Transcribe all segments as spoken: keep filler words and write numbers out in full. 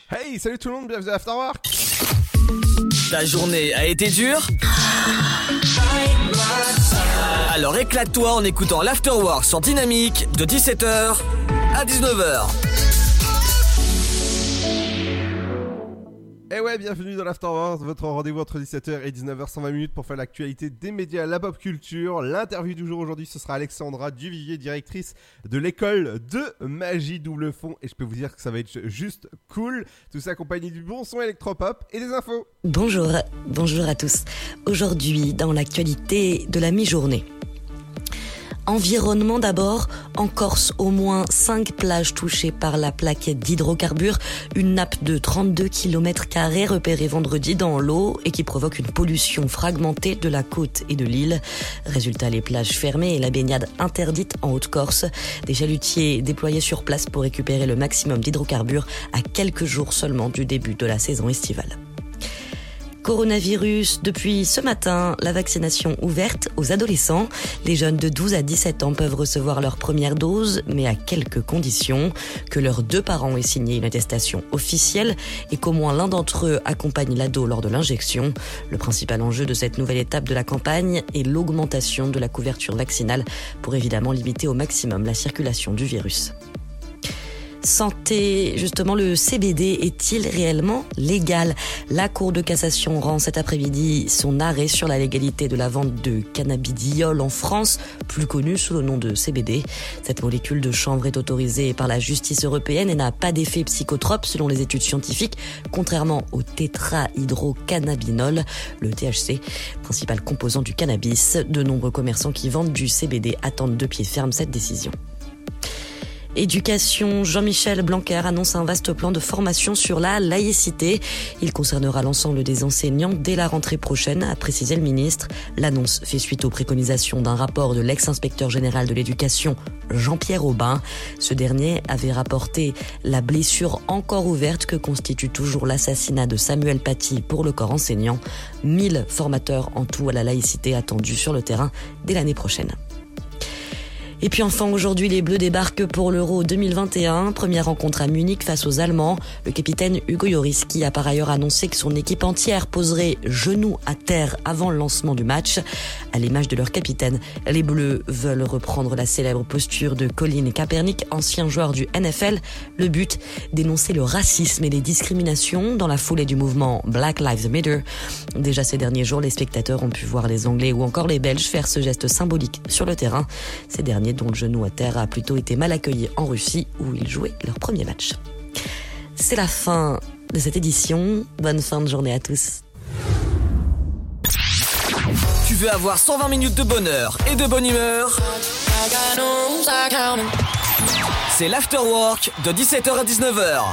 Hey, salut tout le monde, bienvenue à After Work. Ta journée a été dure ? Alors éclate-toi en écoutant l'After Work sur Dynamique de dix-sept heures à dix-neuf heures. Et ouais, bienvenue dans l'After Work, votre rendez-vous entre dix-sept heures et dix-neuf heures, cent vingt minutes pour faire l'actualité des médias, la pop culture. L'interview du jour aujourd'hui, ce sera Alexandra Duvivier, directrice de l'école de magie double fond. Et je peux vous dire que ça va être juste cool. Tout ça accompagné du bon son électropop et des infos. Bonjour, bonjour à tous. Aujourd'hui, dans l'actualité de la mi-journée. Environnement d'abord, en Corse, au moins cinq plages touchées par la plaquette d'hydrocarbures, une nappe de trente-deux kilomètres carrés repérée vendredi dans l'eau et qui provoque une pollution fragmentée de la côte et de l'île. Résultat, les plages fermées et la baignade interdite en Haute-Corse. Des chalutiers déployés sur place pour récupérer le maximum d'hydrocarbures à quelques jours seulement du début de la saison estivale. Coronavirus, depuis ce matin, la vaccination ouverte aux adolescents. Les jeunes de douze à dix-sept ans peuvent recevoir leur première dose, mais à quelques conditions. Que leurs deux parents aient signé une attestation officielle et qu'au moins l'un d'entre eux accompagne l'ado lors de l'injection. Le principal enjeu de cette nouvelle étape de la campagne est l'augmentation de la couverture vaccinale pour évidemment limiter au maximum la circulation du virus. Santé, justement, le C B D est-il réellement légal ? La Cour de cassation rend cet après-midi son arrêt sur la légalité de la vente de cannabidiol en France, plus connu sous le nom de C B D. Cette molécule de chanvre est autorisée par la justice européenne et n'a pas d'effet psychotrope selon les études scientifiques, contrairement au tétrahydrocannabinol, le T H C, principal composant du cannabis. De nombreux commerçants qui vendent du C B D attendent de pied ferme cette décision. Éducation, Jean-Michel Blanquer annonce un vaste plan de formation sur la laïcité. Il concernera l'ensemble des enseignants dès la rentrée prochaine, a précisé le ministre. L'annonce fait suite aux préconisations d'un rapport de l'ex-inspecteur général de l'éducation, Jean-Pierre Aubin. Ce dernier avait rapporté la blessure encore ouverte que constitue toujours l'assassinat de Samuel Paty pour le corps enseignant. mille formateurs en tout à la laïcité attendus sur le terrain dès l'année prochaine. Et puis enfin, aujourd'hui, les Bleus débarquent pour l'Euro deux mille vingt et un. Première rencontre à Munich face aux Allemands. Le capitaine Hugo Lloris qui a par ailleurs annoncé que son équipe entière poserait genoux à terre avant le lancement du match. À l'image de leur capitaine, les Bleus veulent reprendre la célèbre posture de Colin Kaepernick, ancien joueur du N F L. Le but, dénoncer le racisme et les discriminations dans la foulée du mouvement Black Lives Matter. Déjà ces derniers jours, les spectateurs ont pu voir les Anglais ou encore les Belges faire ce geste symbolique sur le terrain. Ces derniers dont le genou à terre a plutôt été mal accueilli en Russie où ils jouaient leur premier match. C'est la fin de cette édition. Bonne fin de journée à tous. Tu veux avoir cent vingt minutes de bonheur et de bonne humeur ? C'est l'After Work de dix-sept heures à dix-neuf heures.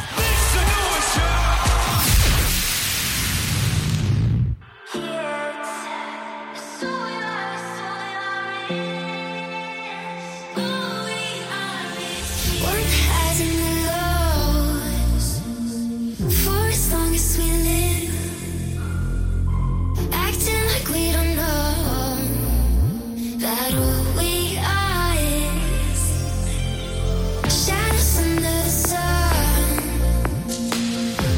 Shadows under the sun.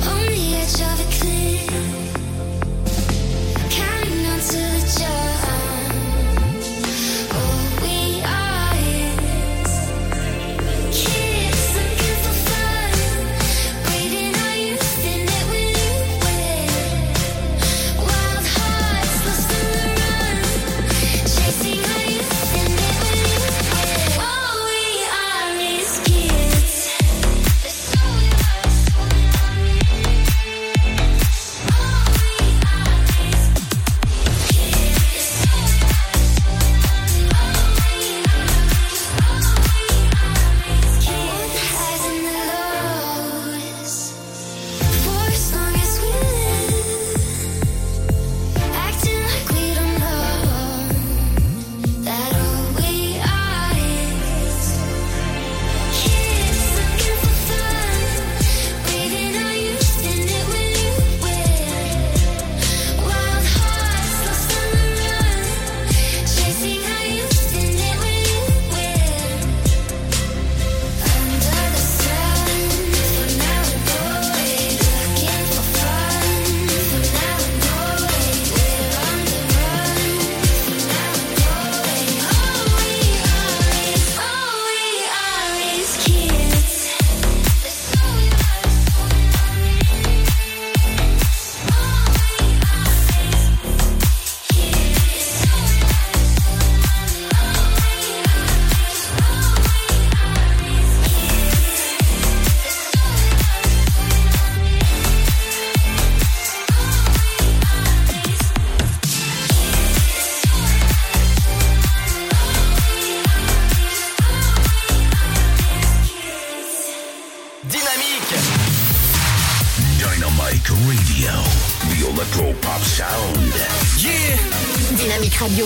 Dynamic Radio, the electro pop sound. Yeah. Dynamic Radio.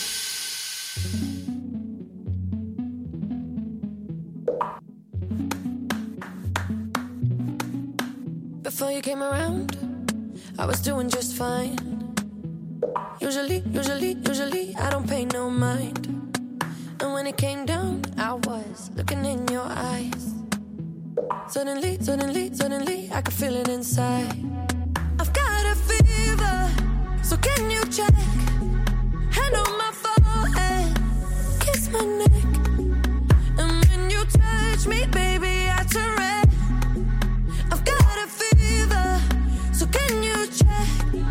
Before you came around, I was doing just fine. Usually, usually, usually, I don't pay no mind. And when it came down, I was looking in your eyes. Suddenly, suddenly, suddenly, I could feel it inside. I've got a fever, so can you check? Hand on my forehead, kiss my neck. And when you touch me, baby, I turn red. I've got a fever, so can you check?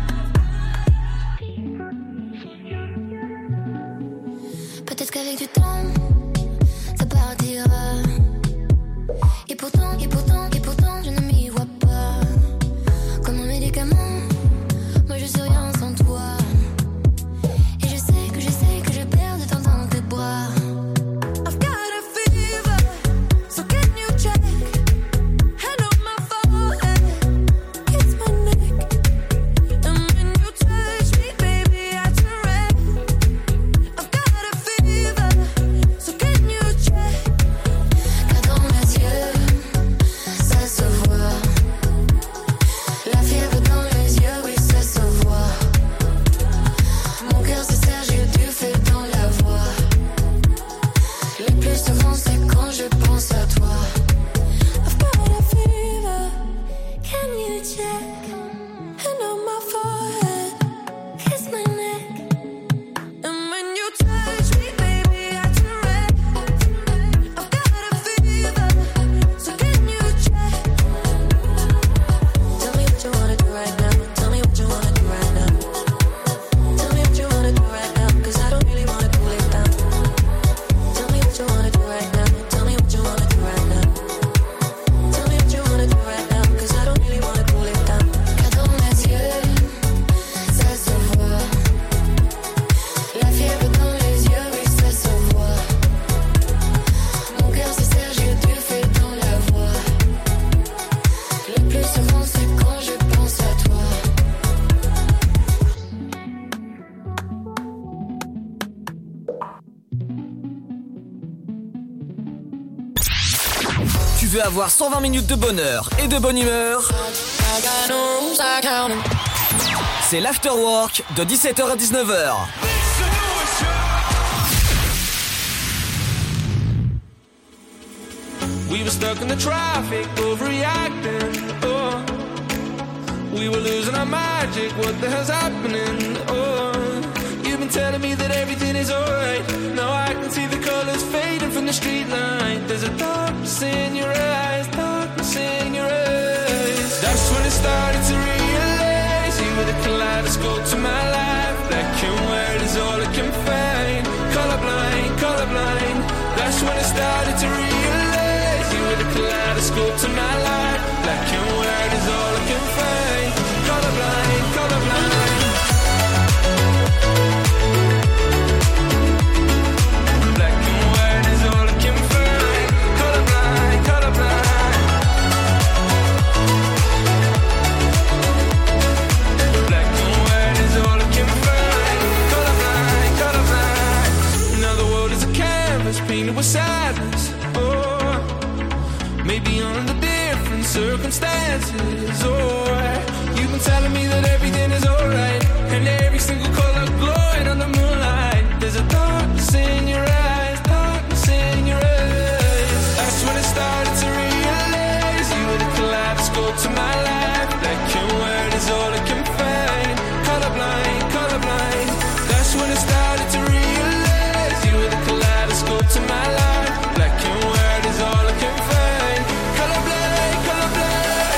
Peut-être qu'avec du temps, ça partira. Et pourtant, et pourtant, et pourtant, je ne m'y vois pas. Comme un médicament, moi je suis rien sans toi. Et je sais que je sais que je perds de temps dans tes bras. I've got a fever, so can you check? Hand on my forehead, kiss my neck. And when you touch me, baby, I turn red. I've got a fever, so can you check? Car dans mes yeux, ça se voit. La fièvre dans les yeux, oui, ça se voit. Mon cœur se serre, j'ai du feu dans la voix. Le plus souvent, c'est quand je pense à toi. I've got a fever, can you check? Hand on my forehead, kiss my neck. And when you touch me, baby, I turn red. I've got a fever, so can you check? Tell me what you wanna do right now. Tell me what you wanna do right now. Tell me what you wanna do right now, 'cause I don't really wanna cool it down. Tell me what you wanna do right now. Tell me what you wanna do right now. Tell me what you wanna do right now, 'cause I don't really wanna cool it down. Car dans mes yeux, ça se voit. La fièvre dans les yeux, oui, ça se voit. Mon cœur se serre, j'ai du feu dans la voix. Le plus souvent, c'est quand je pense à toi. Tu veux avoir cent vingt minutes de bonheur et de bonne humeur? C'est l'Afterwork de dix-sept heures à dix-neuf heures. We were stuck in the traffic, overreacting, oh. We were losing our magic, what the hell's happening, oh. You've been telling me that everything is alright. Now I can see the colors fading from the street light. There's a darkness in your eyes, darkness in your eyes. That's when it started to realize you were the kaleidoscope to my life. Black and white is all I can find. Colorblind, colorblind. That's when it started to realize you were the kaleidoscope to my life. Black and white is all I can find. Colorblind, colorblind. Black and white is all I can find. Colorblind, colorblind. Black and white is all I can find. Colorblind, colorblind. Now the world is a canvas painted with sadness. Oh, maybe under different circumstances. Oh, you've been telling me that everything is alright, and every single color glowing on the moonlight. There's a darkness in your eyes, darkness in your eyes. That's when it started to realize you were the kaleidoscope to my life. Black and white is all I can find. Colorblind, colorblind. That's when it started to realize you were the kaleidoscope to my life. Black and white is all I can find. Colorblind, colorblind.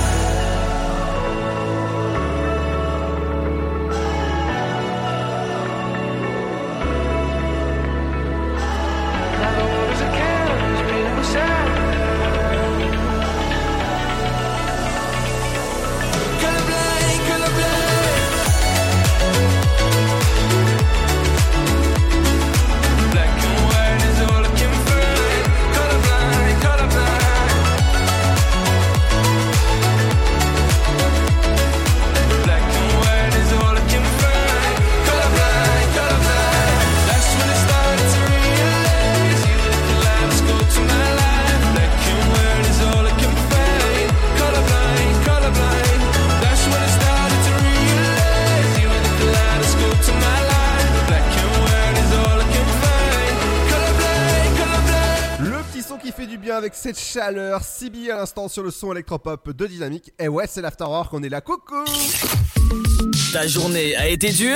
Now the world is a canvas painted with sadness. avec cette chaleur, C B à l'instant sur le son électropop de Dynamique. Et ouais, c'est l'Afterwork, on est là, coucou. Ta journée a été dure ?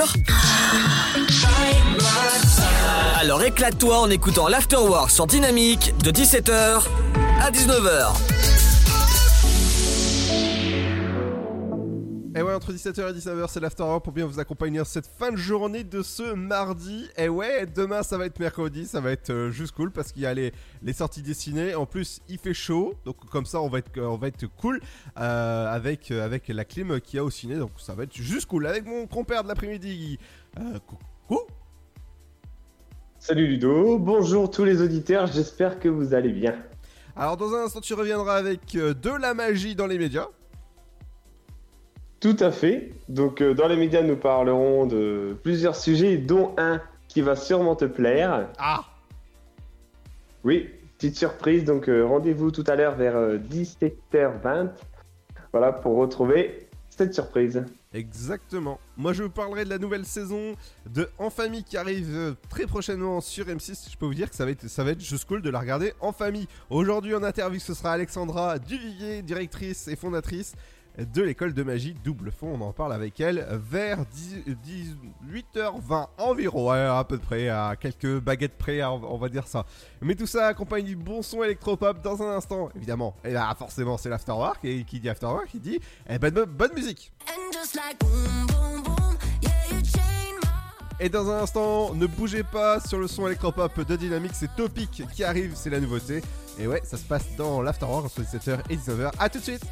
Alors éclate-toi en écoutant l'Afterwork sur Dynamique de dix-sept heures à dix-neuf heures. Et ouais, entre dix-sept heures et dix-neuf heures, c'est l'Afterwork pour bien vous accompagner cette fin de journée de ce mardi. Et ouais, demain ça va être mercredi, ça va être euh, juste cool parce qu'il y a les, les sorties dessinées. En plus, il fait chaud, donc comme ça on va être, on va être cool euh, avec, euh, avec la clim qu'il y a au ciné. Donc ça va être juste cool. Avec mon compère de l'après-midi, euh, coucou. Salut Ludo, bonjour tous les auditeurs, j'espère que vous allez bien. Alors dans un instant tu reviendras avec euh, de la magie dans les médias. Tout à fait. Donc euh, dans les médias, nous parlerons de plusieurs sujets, dont un qui va sûrement te plaire. Ah. Oui, petite surprise. Donc euh, rendez-vous tout à l'heure vers euh, dix-sept heures vingt. Voilà, pour retrouver cette surprise. Exactement. Moi je vous parlerai de la nouvelle saison de En Famille qui arrive euh, très prochainement sur M six. Je peux vous dire que ça va être, ça va être juste cool de la regarder en famille. Aujourd'hui en interview, ce sera Alexandra Duvivier, directrice et fondatrice de l'école de magie Double Fond. On en parle avec elle vers dix-huit heures vingt environ, ouais, à peu près, à quelques baguettes près, on va dire ça. Mais tout ça accompagne du bon son électropop dans un instant, évidemment. Et là, forcément, c'est l'Afterwork, et qui dit Afterwork, il dit eh ben, bonne, bonne musique. Et dans un instant, ne bougez pas sur le son électropop de Dynamique, c'est Topic qui arrive, c'est la nouveauté. Et ouais, ça se passe dans l'Afterwork entre dix-sept heures et dix-neuf heures. A tout de suite.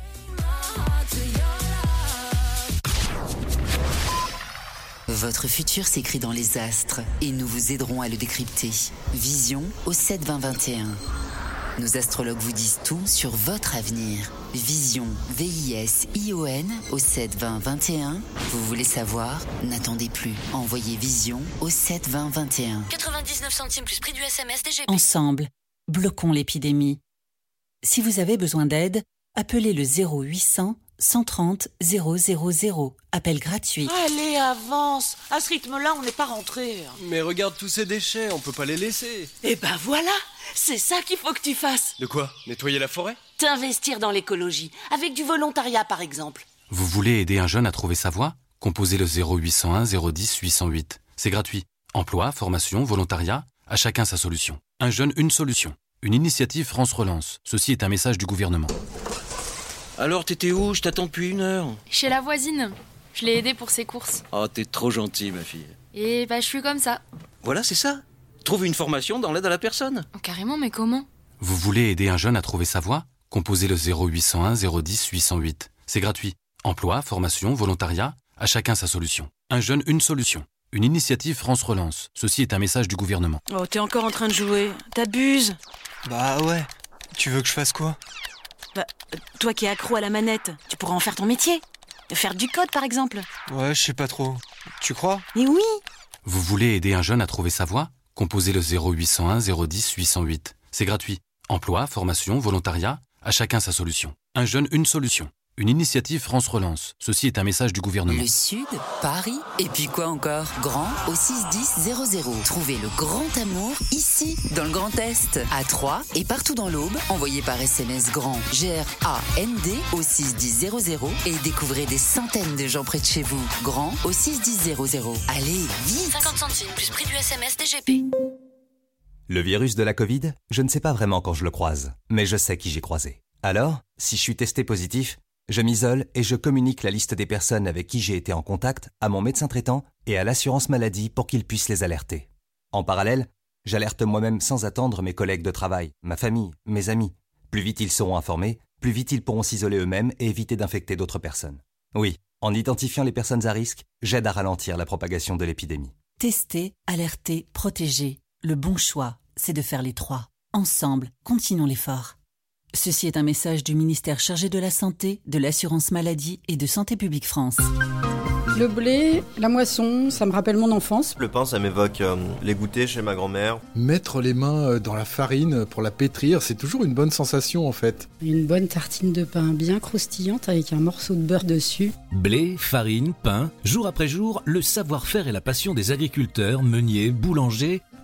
Votre futur s'écrit dans les astres et nous vous aiderons à le décrypter. Vision au sept vingt vingt et un. Nos astrologues vous disent tout sur votre avenir. Vision, V I S I O N au sept vingt vingt et un. Vous voulez savoir ? N'attendez plus. Envoyez Vision au sept vingt vingt et un. quatre-vingt-dix-neuf centimes plus prix du S M S D G P. Ensemble, bloquons l'épidémie. Si vous avez besoin d'aide, appelez le zéro huit cents cent trente zéro zéro zéro. Appel gratuit. Allez, avance. À ce rythme-là, on n'est pas rentré. Mais regarde tous ces déchets, on peut pas les laisser. Eh ben voilà, c'est ça qu'il faut que tu fasses. De quoi ? Nettoyer la forêt ? T'investir dans l'écologie, avec du volontariat par exemple. Vous voulez aider un jeune à trouver sa voie ? Composez le zéro huit cent un zéro dix huit cent huit. C'est gratuit. Emploi, formation, volontariat, à chacun sa solution. Un jeune, une solution. Une initiative France Relance. Ceci est un message du gouvernement. Alors, t'étais où ? Je t'attends depuis une heure. Chez la voisine. Je l'ai aidée pour ses courses. Oh, t'es trop gentille, ma fille. Et bah, je suis comme ça. Voilà, c'est ça. Trouve une formation dans l'aide à la personne. Oh, carrément, mais comment ? Vous voulez aider un jeune à trouver sa voie ? Composez le zéro huit cent un zéro dix huit cent huit. C'est gratuit. Emploi, formation, volontariat, à chacun sa solution. Un jeune, une solution. Une initiative France Relance. Ceci est un message du gouvernement. Oh, t'es encore en train de jouer. T'abuses. Bah ouais. Tu veux que je fasse quoi ? Bah, toi qui es accro à la manette, tu pourras en faire ton métier. Faire du code, par exemple. Ouais, je sais pas trop. Tu crois ? Mais oui. Vous voulez aider un jeune à trouver sa voie ? Composez le zéro huit cent un zéro dix huit cent huit. C'est gratuit. Emploi, formation, volontariat, à chacun sa solution. Un jeune, une solution. Une initiative France Relance. Ceci est un message du gouvernement. Le Sud, Paris, et puis quoi encore ? Grand au six dix zéro zéro. Trouvez le grand amour ici, dans le Grand Est, à Troyes et partout dans l'Aube. Envoyez par S M S grand G R A N D au six dix zéro zéro et découvrez des centaines de gens près de chez vous. Grand au six dix zéro zéro. Allez, vite ! cinquante centimes plus prix du S M S D G P. Le virus de la Covid, je ne sais pas vraiment quand je le croise, mais je sais qui j'ai croisé. Alors, si je suis testé positif, je m'isole et je communique la liste des personnes avec qui j'ai été en contact à mon médecin traitant et à l'assurance maladie pour qu'ils puissent les alerter. En parallèle, j'alerte moi-même sans attendre mes collègues de travail, ma famille, mes amis. Plus vite ils seront informés, plus vite ils pourront s'isoler eux-mêmes et éviter d'infecter d'autres personnes. Oui, en identifiant les personnes à risque, j'aide à ralentir la propagation de l'épidémie. Tester, alerter, protéger. Le bon choix, c'est de faire les trois. Ensemble, continuons l'effort. Ceci est un message du ministère chargé de la Santé, de l'Assurance Maladie et de Santé Publique France. Le blé, la moisson, ça me rappelle mon enfance. Le pain, ça m'évoque euh, les goûters chez ma grand-mère. Mettre les mains dans la farine pour la pétrir, c'est toujours une bonne sensation en fait. Une bonne tartine de pain bien croustillante avec un morceau de beurre dessus. Blé, farine, pain, jour après jour, le savoir-faire et la passion des agriculteurs, meuniers, boulangers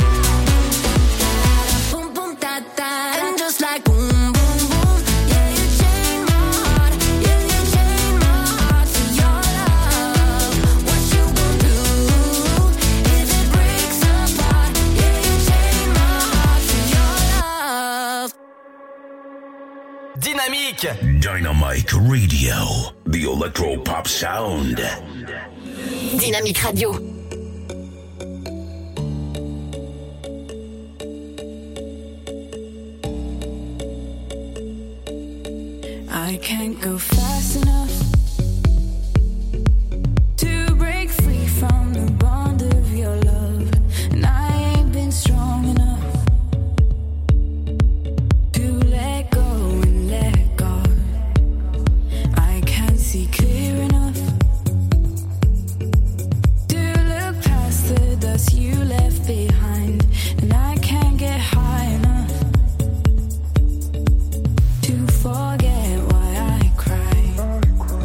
Boom, boom, da, da. And just like boom, boom, boom. Yeah, you chain my heart. Yeah, you chain my heart to your love. What you gon' do if it breaks apart? Yeah, you chain my heart to your love. Dynamique. Dynamic Radio, the electro pop sound. Dynamique Radio. I can't go fast enough to break free from the bond of your love, and I ain't been strong enough to let go and let go. I can't see clear enough to look past the dust you left behind, and I can't get high enough to forget why I cry.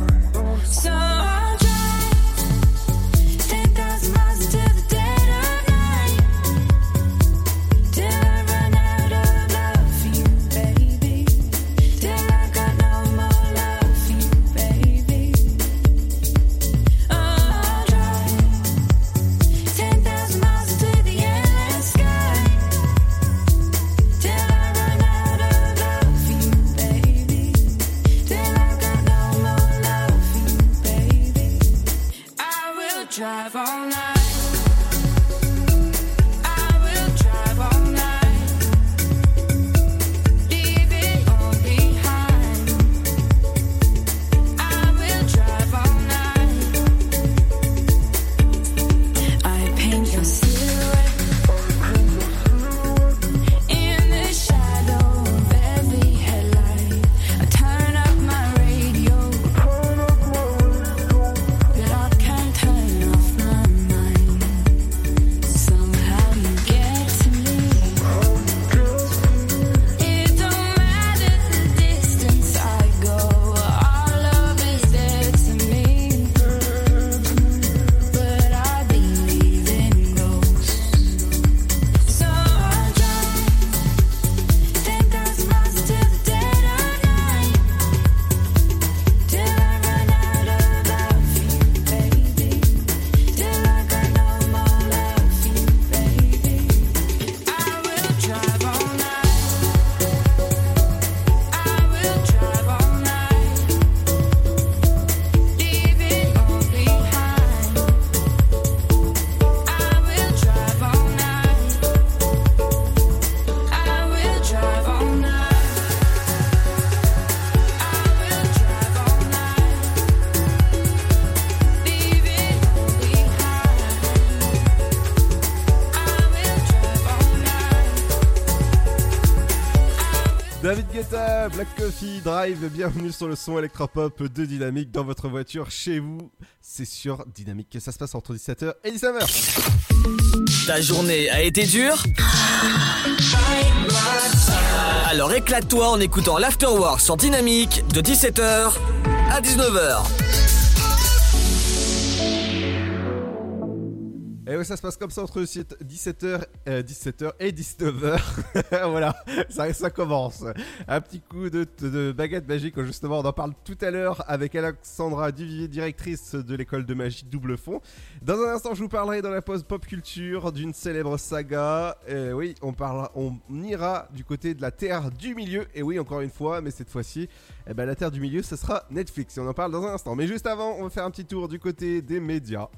David Guetta, Black Coffee, Drive, bienvenue sur le son électropop de Dynamique dans votre voiture, chez vous. C'est sur Dynamique que ça se passe entre dix-sept heures et dix-neuf heures. Ta journée a été dure ? Alors éclate-toi en écoutant l'Afterwork sur Dynamique de dix-sept heures à dix-neuf heures. Et ouais, ça se passe comme ça entre dix-sept heures, euh, dix-sept heures et dix-neuf heures. Voilà, ça, ça commence. Un petit coup de, de baguette magique, justement, on en parle tout à l'heure avec Alexandra Duvivier, directrice de l'école de magie Double Fond. Dans un instant, je vous parlerai dans la pause pop culture d'une célèbre saga. Et oui, on, parlera, on ira du côté de la Terre du Milieu. Et oui, encore une fois, mais cette fois-ci, eh ben, la Terre du Milieu, ce sera Netflix. Et on en parle dans un instant. Mais juste avant, on va faire un petit tour du côté des médias.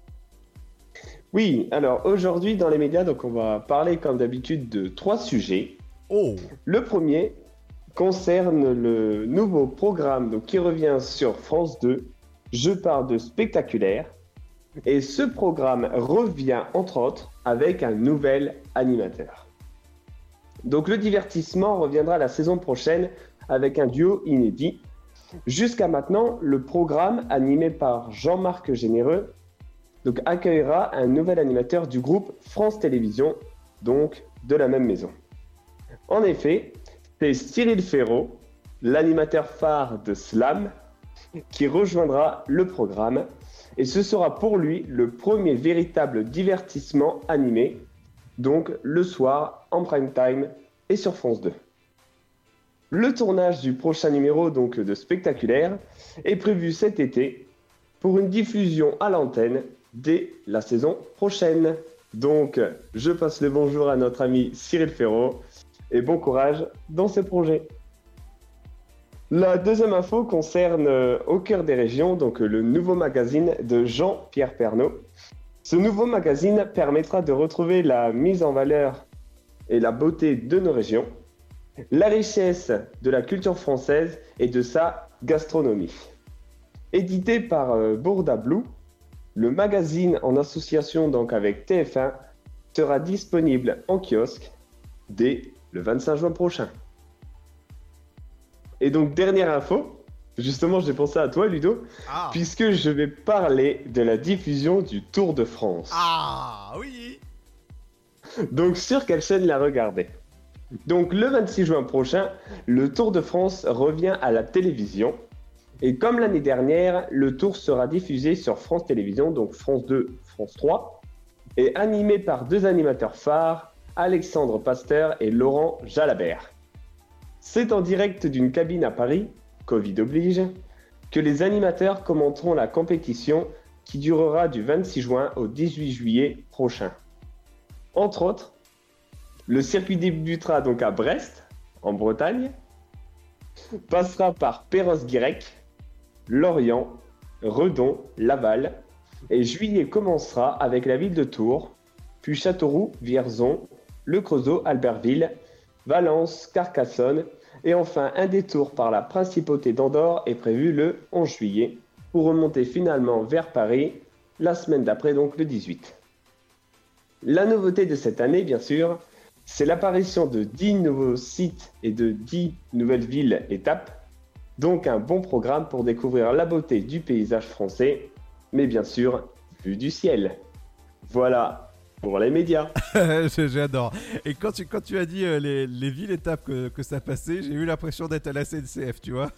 Oui, alors aujourd'hui dans les médias, donc on va parler comme d'habitude de trois sujets. Oh. Le premier concerne le nouveau programme donc, qui revient sur France deux. Je parle de Spectaculaire. Et ce programme revient entre autres avec un nouvel animateur. Donc le divertissement reviendra la saison prochaine avec un duo inédit. Jusqu'à maintenant, le programme animé par Jean-Marc Généreux donc, accueillera un nouvel animateur du groupe France Télévisions, donc de la même maison. En effet, c'est Cyril Ferraud, l'animateur phare de Slam, qui rejoindra le programme, et ce sera pour lui le premier véritable divertissement animé, donc le soir en prime time et sur France deux. Le tournage du prochain numéro donc, de Spectaculaire est prévu cet été pour une diffusion à l'antenne dès la saison prochaine. Donc, je passe le bonjour à notre ami Cyril Ferraud et bon courage dans ses projets. La deuxième info concerne euh, Au cœur des régions, donc euh, le nouveau magazine de Jean-Pierre Pernaut. Ce nouveau magazine permettra de retrouver la mise en valeur et la beauté de nos régions, la richesse de la culture française et de sa gastronomie. Édité par euh, Bourda Blue, le magazine en association donc avec T F un sera disponible en kiosque dès le vingt-cinq juin prochain. Et donc dernière info, justement j'ai pensé à toi Ludo, ah. puisque je vais parler de la diffusion du Tour de France. Ah oui. Donc sur quelle chaîne la regarder ? Donc le vingt-six juin prochain, le Tour de France revient à la télévision. Et comme l'année dernière, le tour sera diffusé sur France Télévisions, donc France deux, France trois, et animé par deux animateurs phares, Alexandre Pasteur et Laurent Jalabert. C'est en direct d'une cabine à Paris, Covid oblige, que les animateurs commenteront la compétition qui durera du vingt-six juin au dix-huit juillet prochain. Entre autres, le circuit débutera donc à Brest, en Bretagne, passera par Perros-Guirec, Lorient, Redon, Laval, et juillet commencera avec la ville de Tours, puis Châteauroux, Vierzon, Le Creusot, Albertville, Valence, Carcassonne, et enfin un détour par la principauté d'Andorre est prévu le onze juillet, pour remonter finalement vers Paris, la semaine d'après donc le dix-huit. La nouveauté de cette année, bien sûr, c'est l'apparition de dix nouveaux sites et de dix nouvelles villes étapes, donc un bon programme pour découvrir la beauté du paysage français, mais bien sûr, vue du ciel. Voilà pour les médias. J'adore. Et quand tu, quand tu as dit euh, les, les villes étapes que, que ça passait, j'ai eu l'impression d'être à la S N C F, tu vois.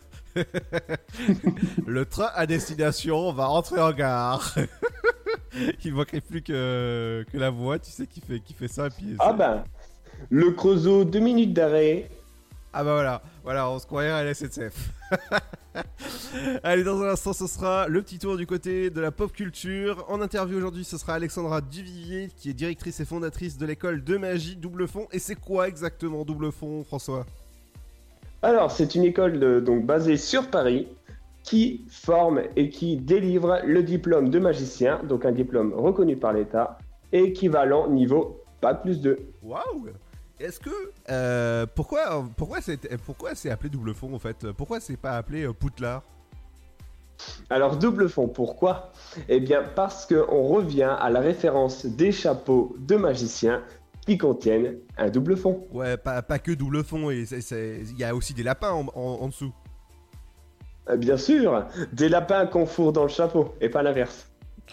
Le train à destination va rentrer en gare. Il ne manquerait plus que, que la voix, tu sais, qui fait, qui fait ça. Puis, ah ben, le Creusot, deux minutes d'arrêt. Ah bah voilà, voilà, on se croirait à la S N C F. Allez, dans un instant, ce sera le petit tour du côté de la pop culture. En interview aujourd'hui, ce sera Alexandra Duvivier, qui est directrice et fondatrice de l'école de magie Double Fond. Et c'est quoi exactement Double Fond, François ? Alors, c'est une école de, donc basée sur Paris, qui forme et qui délivre le diplôme de magicien, donc un diplôme reconnu par l'État, équivalent niveau bac plus deux. Waouh! Est-ce que euh, pourquoi pourquoi c'est pourquoi c'est appelé Double Fond en fait? Pourquoi c'est pas appelé euh, Poudlard? Alors Double Fond, pourquoi? Eh bien parce qu'on revient à la référence des chapeaux de magiciens qui contiennent un double fond. Ouais, pas, pas que double fond, et il y a aussi des lapins en, en, en dessous. Euh, bien sûr, des lapins qu'on fourre dans le chapeau, et pas l'inverse.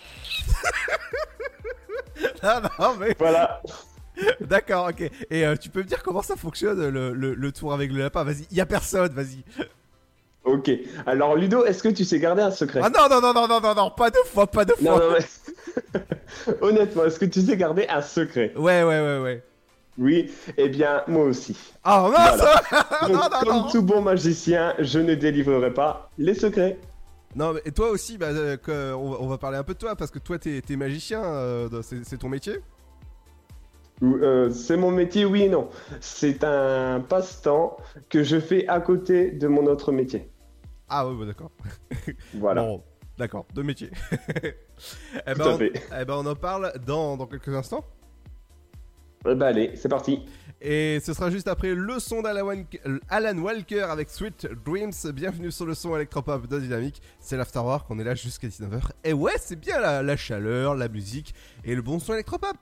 Ah non, mais... Voilà. D'accord, ok. Et euh, tu peux me dire comment ça fonctionne, le, le, le tour avec le lapin? Vas-y, il y a personne, vas-y. Ok. Alors, Ludo, est-ce que tu sais garder un secret? Ah non, non, non, non, non, non, non, pas deux fois, pas deux fois. Non, non, mais... Honnêtement, est-ce que tu sais garder un secret? Ouais, ouais, ouais, ouais. Oui, eh bien, moi aussi. Ah mince. Voilà. Donc, non, non, comme non. tout bon magicien, je ne délivrerai pas les secrets. Non, mais toi aussi, bah, euh, que, on, on va parler un peu de toi, parce que toi, t'es, t'es magicien, euh, c'est, c'est ton métier? Euh, c'est mon métier, oui et non. C'est un passe-temps que je fais à côté de mon autre métier. Ah ouais, bah, d'accord. Voilà. Bon, d'accord, deux métiers. eh Tout ben, à on, fait. Eh ben, on en parle dans, dans quelques instants. Eh ben, allez, c'est parti. Et ce sera juste après le son d'Alan Walker avec Sweet Dreams. Bienvenue sur le son électropop de Dynamique. C'est l'Afterwork, on est là jusqu'à dix-neuf heures. Et ouais, c'est bien la, la chaleur, la musique et le bon son électropop.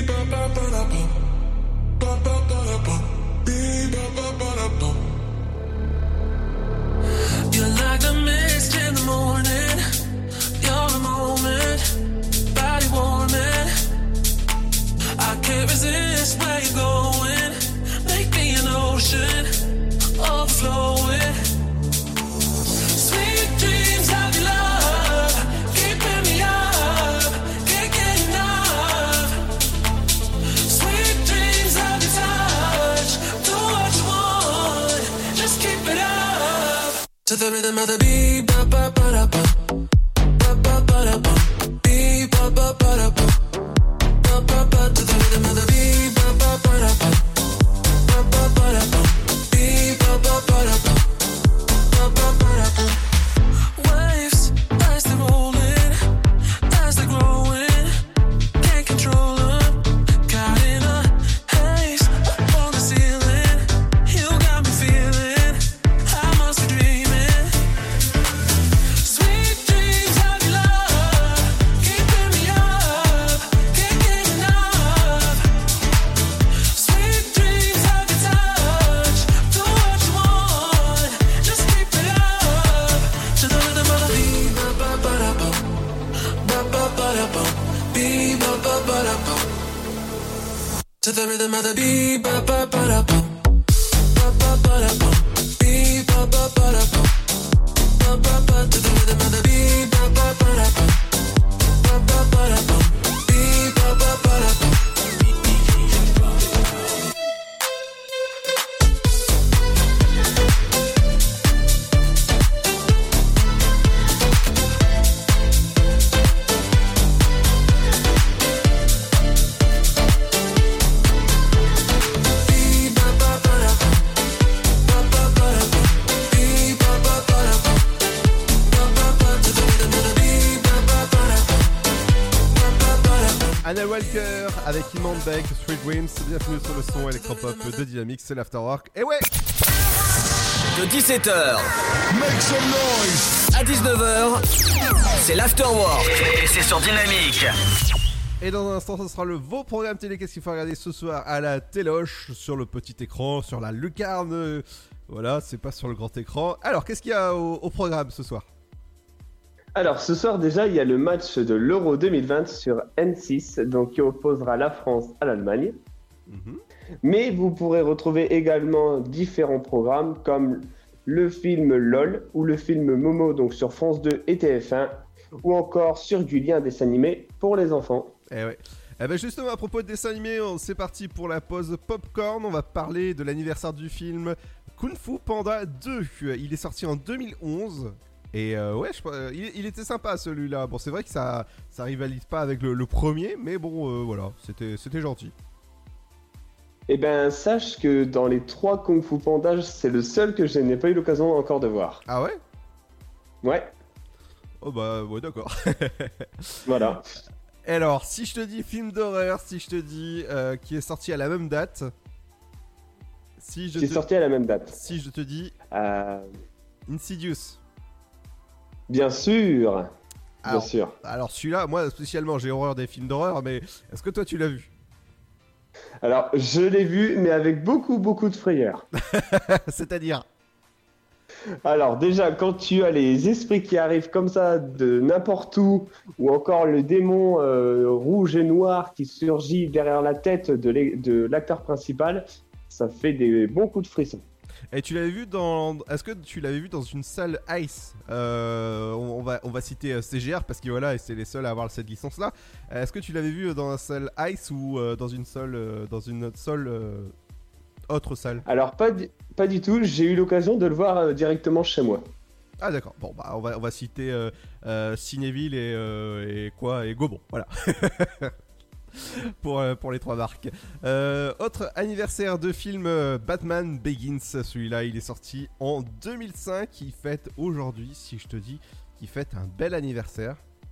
You're like the mist in the morning. You're a moment, body warming. I can't resist where you're going. Make me an ocean, overflowing. Sweet dreams of your love, keeping me up, can't get enough. Sweet dreams of your touch, do what you want, just keep it up. To the rhythm of the beat, ba ba ba da ba, ba ba ba da ba, beat ba ba ba da ba. To the rhythm of the beat, ba ba ba da ba, ba ba ba da ba, beat ba ba ba da ba, ba ba ba da ba. Waves as they're rolling, as they're growing, can't control them. Caught in a haze on the ceiling, you got me feeling I must be dreaming. Sweet dreams of your love, keeping me up, can't get enough. Sweet dreams of your touch, do what you want, just keep it up. To the rhythm of the beat, ba ba ba da ba, ba ba ba da ba, beat ba ba ba da ba. To the rhythm of the beat, ba ba ba da ba, ba ba ba da ba, beat ba ba ba da ba, ba ba ba. To the rhythm of the beat, ba ba ba da ba, ba ba ba da ba, beat ba ba ba da ba. Anna Walker avec Iman Beck, Sweet Dreams. Bienvenue sur le son électropop de Dynamique, c'est l'Afterwork. Et ouais, de dix-sept heures Make some noise. À dix-neuf heures, c'est l'Afterwork. Et c'est sur Dynamique. et dans un instant, ce sera le vos programme télé. Qu'est-ce qu'il faut regarder ce soir à la téloche, sur le petit écran, sur la lucarne. Voilà, c'est pas sur le grand écran. Alors, qu'est-ce qu'il y a au, au programme ce soir? Alors, ce soir, déjà, il y a le match de l'Euro deux mille vingt sur N six, donc qui opposera la France à l'Allemagne. Mmh. Mais vous pourrez retrouver également différents programmes comme le film LOL ou le film Momo, donc sur France deux et T F un, ou encore sur Gulli, un dessin animé pour les enfants. Eh ouais. Eh ben justement, à propos de dessin animé, c'est parti pour la pause popcorn. On va parler de l'anniversaire du film Kung Fu Panda deux. Il est sorti en deux mille onze. Et euh, ouais, je, euh, il, il était sympa celui-là. Bon, c'est vrai que ça, ça rivalise pas avec le, le premier, mais bon, euh, voilà, c'était, c'était gentil. Eh ben, sache que dans les trois Kung Fu Panda, c'est le seul que je n'ai pas eu l'occasion encore de voir. Ah ouais? Ouais. Oh bah, ouais, d'accord. Voilà. Alors, si je te dis film d'horreur, si je te dis euh, qui est sorti à la même date, si je qui est te... sorti à la même date. Si je te dis euh... Insidious. Bien sûr. Bien alors, sûr. Alors celui-là, moi spécialement, j'ai horreur des films d'horreur, mais est-ce que toi tu l'as vu? Alors, je l'ai vu, mais avec beaucoup, beaucoup de frayeur. C'est-à-dire? Alors, déjà, quand tu as les esprits qui arrivent comme ça de n'importe où, ou encore le démon euh, rouge et noir qui surgit derrière la tête de, l'é- de l'acteur principal, ça fait des bons coups de frisson. Et tu l'avais vu dans... Est-ce que tu l'avais vu dans une salle Ice? euh, on, on, va, on va citer euh, C G R parce que voilà, c'est les seuls à avoir cette licence-là. Euh, Est-ce que tu l'avais vu dans la salle Ice ou euh, dans une salle, euh, dans une autre salle, euh, autre salle? Alors, pas, du- pas du tout, j'ai eu l'occasion de le voir euh, directement chez moi. Ah d'accord, bon bah on va, on va citer euh, euh, Cinéville et, euh, et quoi, et Gaumont, voilà. pour, euh, pour les trois marques. Euh, autre anniversaire de film, euh, Batman Begins. Celui-là, il est sorti en deux mille cinq. Il fête aujourd'hui, si je te dis qu'il fête un bel anniversaire.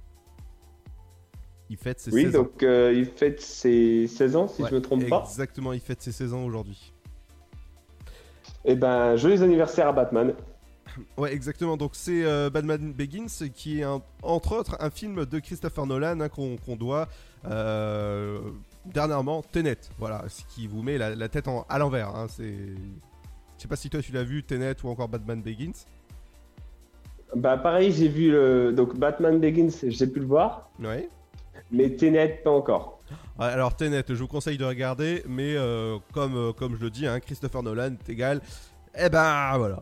Il fête ses Oui, seize ans. donc euh, il fête ses seize ans, si Ouais, je me trompe pas. Exactement, il fête ses seize ans aujourd'hui. Eh ben, joyeux anniversaire à Batman. Ouais, exactement. Donc c'est euh, Batman Begins, qui est un- entre autres un film de Christopher Nolan, hein, qu'on qu'on doit euh, dernièrement Tenet. Voilà, ce qui vous met la, la tête en- à l'envers. Hein, c'est... Je sais pas si toi tu l'as vu, Tenet ou encore Batman Begins. Bah pareil, j'ai vu le... donc Batman Begins, j'ai pu le voir, Ouais. mais Tenet pas encore. Ouais, alors Tenet, je vous conseille de regarder, mais euh, comme, euh, comme je le dis, hein, Christopher Nolan est égal. Eh ben voilà,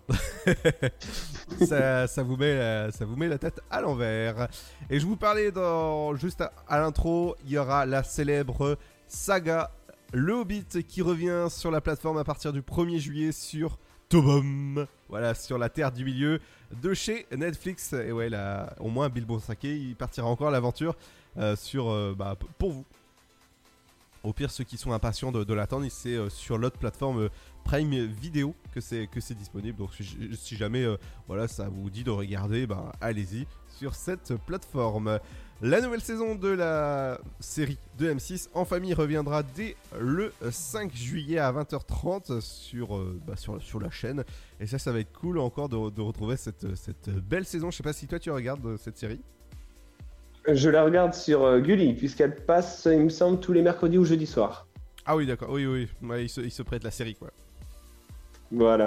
ça, ça, vous met, la- ça vous met la tête à l'envers. Et je vous parlais dans, juste à, à l'intro, il y aura la célèbre saga Le Hobbit qui revient sur la plateforme à partir du premier juillet sur Tobom. Voilà, sur la Terre du Milieu de chez Netflix. Et ouais, là, au moins Bilbo Saké, il partira encore à l'aventure euh, sur, euh, bah, p- pour vous. Au pire, ceux qui sont impatients de, de l'attendre, c'est euh, sur l'autre plateforme euh, Prime Video que c'est que c'est disponible. Donc si, si jamais euh, voilà, ça vous dit de regarder, ben, allez-y sur cette plateforme. La nouvelle saison de la série de M six En Famille reviendra dès le cinq juillet à vingt heures trente sur, euh, bah, sur, sur la chaîne. Et ça, ça va être cool encore de, de retrouver cette, cette belle saison. Je sais pas si toi tu regardes euh, cette série. Je la regarde sur euh, Gulli, puisqu'elle passe, il me semble, tous les mercredis ou jeudis soirs. Ah oui, d'accord, oui, oui, ouais, il, se, il se prête la série, quoi. Voilà.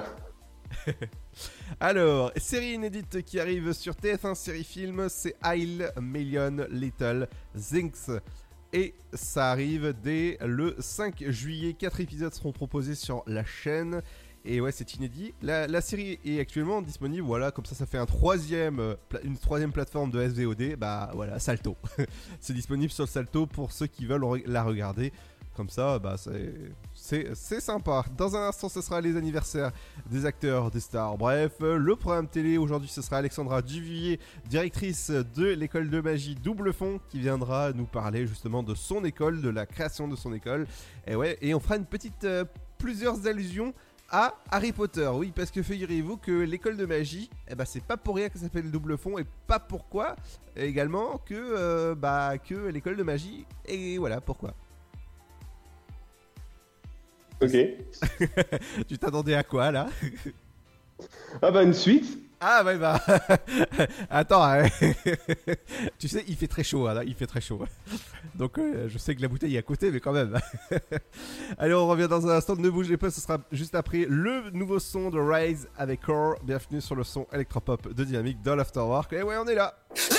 Alors, série inédite qui arrive sur T F un Série Film, c'est I'll Million Little Things. Et ça arrive dès le cinq juillet. Quatre épisodes seront proposés sur la chaîne. Et ouais, c'est inédit. La, la série est actuellement disponible. Voilà, comme ça, ça fait un troisième, euh, pla- une troisième plateforme de S V O D. Bah voilà, Salto. C'est disponible sur Salto pour ceux qui veulent re- la regarder. Comme ça, bah c'est, c'est, c'est sympa. Dans un instant, ce sera les anniversaires des acteurs, des stars. Bref, euh, le programme télé aujourd'hui, ce sera Alexandra Duvivier, directrice de l'école de magie Double Fond, qui viendra nous parler justement de son école, de la création de son école. Et ouais, et on fera une petite, euh, plusieurs allusions à Harry Potter. Oui, parce que figurez-vous que l'école de magie, eh ben, c'est pas pour rien que ça s'appelle Double Fond, et pas pourquoi également que, euh, bah, que l'école de magie. Et voilà pourquoi. Ok. Tu t'attendais à quoi là? Ah bah une suite. Ah ouais bah attends hein. Tu sais il fait très chaud hein, là, il fait très chaud. Donc euh, je sais que la bouteille est à côté mais quand même. Allez on revient dans un instant, ne bougez pas, ce sera juste après le nouveau son de Rise avec Core. Bienvenue sur le son électropop de Dynamique dans l'Afterwork. Et ouais on est là.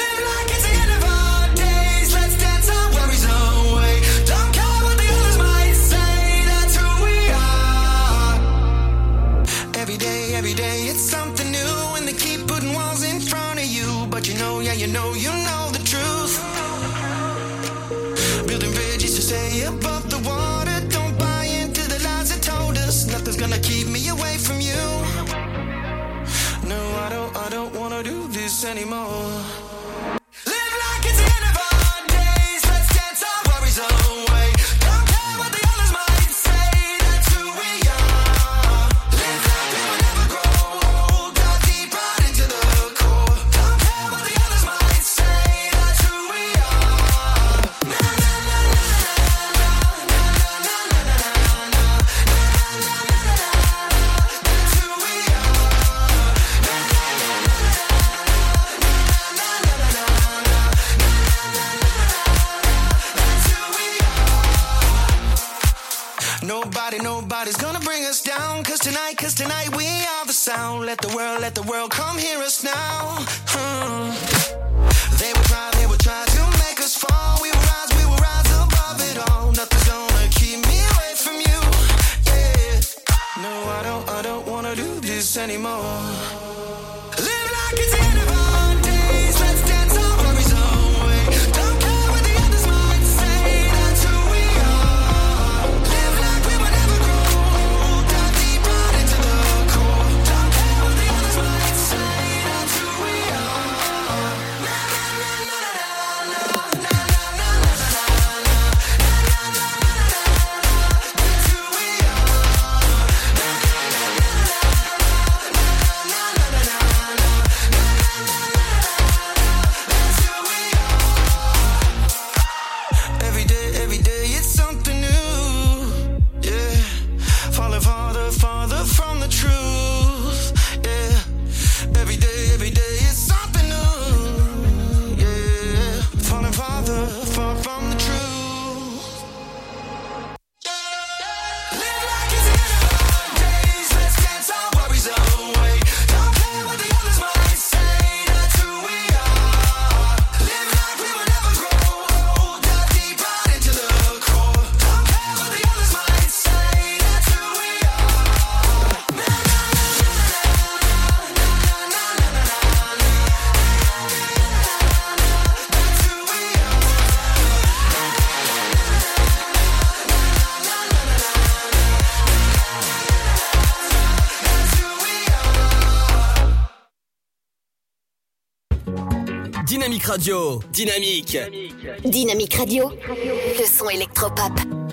Every day, every day, it's something new, and they keep putting walls in front of you. But you know, yeah, you know, you know the truth. Building bridges to stay above the water. Don't buy into the lies they told us. Nothing's gonna keep me away from you. No, I don't, I don't wanna do this anymore. Live like it's the end of our days. Let's dance our worries away. Don't care what the others might say. That's who we are. Live like we will never grow old. Dive deep right into the core. Don't care what the others might say. That's who we are. Na na na na na na na na na na na. That's who we are. Na na na na na na na na na. 'cause tonight we are the sound. Let the world, let the world come hear us now. Hmm. They will try, they will try to make us fall. We will rise, we will rise above it all. Nothing's gonna keep me away from you. Yeah. No, I don't, I don't wanna do this anymore. Live like it's the end of our days. Let's dance our worries away. Don't care what the others might say. That's who we are. Live like we would never grow. Dive deep right into the core. Don't care what the others might say. That's who we are. Na na na na na na na na na na na na. That's who we are. Na na na na na na na na na na. Every day, every day, it's something new. Yeah, falling farther, farther from the truth. Yeah, every day, every day, it's something new. Yeah, falling farther, far from the truth. Live like it's the end of our days. Let's dance our worries away. Don't care what the others might say. That's who we are. Live like we would never grow. Dive deep right into the core. Don't care what the others might say. That's who we are. Na na na na na na na na na na na. That's who we are. Dynamique Radio. Dynamique. Dynamique Radio, le son électropop.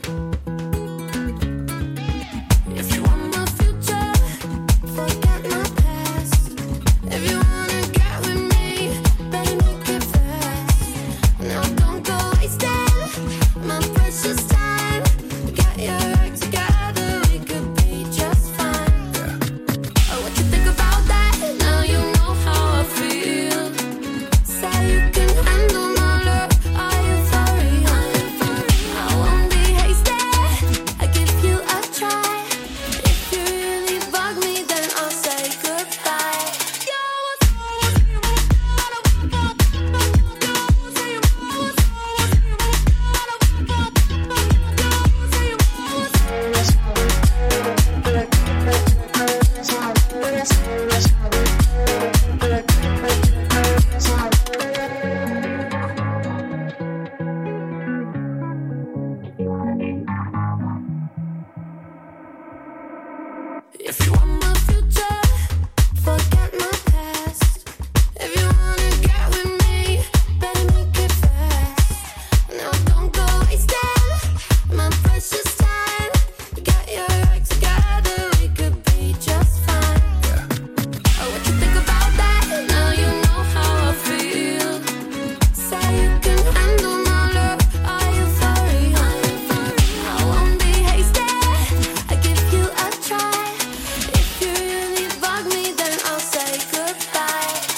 If you want my future, forget my past. If you wanna get with me, better make it fast. Now don't go wasting my precious time. Get your act together, we could be just fine. Oh, what you think about that? Now you know how I feel. Say you can handle my love. Are you for real? I won't be hasty. I give you a try. If you really bug me, then I'll say goodbye. If you want my future, forget my past. If you wanna get with me, better make it fast. Now don't go wasting my precious time. Get your act together, we could be just fine. Oh, what you think about that? Now you know how I feel. Say you can handle my love. Are you for real? I won't be hasty. I give you a try. If you really bug me, then I'll say goodbye.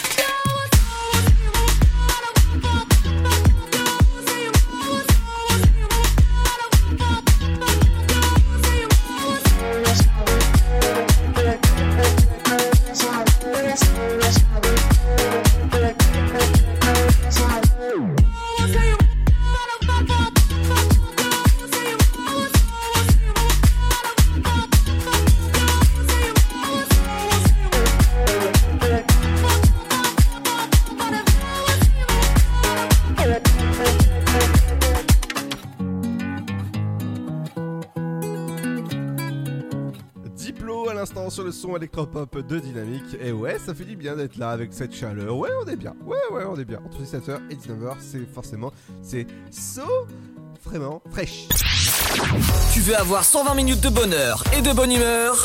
Diplo à l'instant sur le son électropop de Dynamique. Et ouais, ça fait du bien d'être là avec cette chaleur. Ouais, on est bien. Ouais, ouais, on est bien. Entre dix-sept heures et dix-neuf heures, c'est forcément, c'est so vraiment fraîche. Tu veux avoir cent vingt minutes de bonheur et de bonne humeur?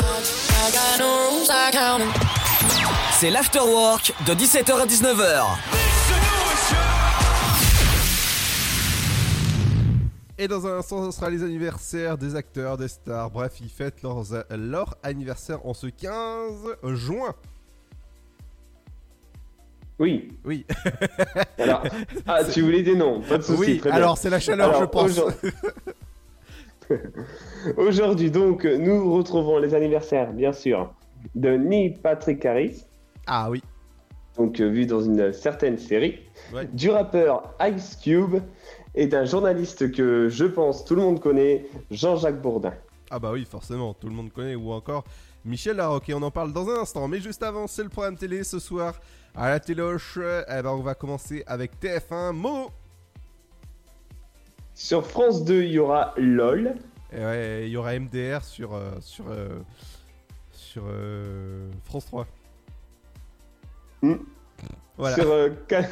C'est l'afterwork de dix-sept heures à dix-neuf heures. Et dans un instant, ce sera les anniversaires des acteurs, des stars. Bref, ils fêtent leurs, leur anniversaire en ce quinze juin. Oui. Oui. Alors, ah, tu voulais des noms, pas de soucis. Oui, très bien. alors c'est la chaleur, Alors, je pense. Aujourd'hui... aujourd'hui, donc, nous retrouvons les anniversaires, bien sûr, de Neil Patrick Harris. Ah oui. Donc euh, vu dans une certaine série. Ouais. Du rappeur Ice Cube et d'un journaliste que je pense tout le monde connaît, Jean-Jacques Bourdin. Ah bah oui, forcément, tout le monde connaît, ou encore Michel Larocque, et on en parle dans un instant. Mais juste avant, c'est le programme télé ce soir à la téloche. Eh ben, on va commencer avec T F un. Momo. Sur France deux, il y aura LOL. Et ouais, il y aura M D R sur, euh, sur, euh, sur euh, France trois. Mmh. Voilà. Sur, euh, Can...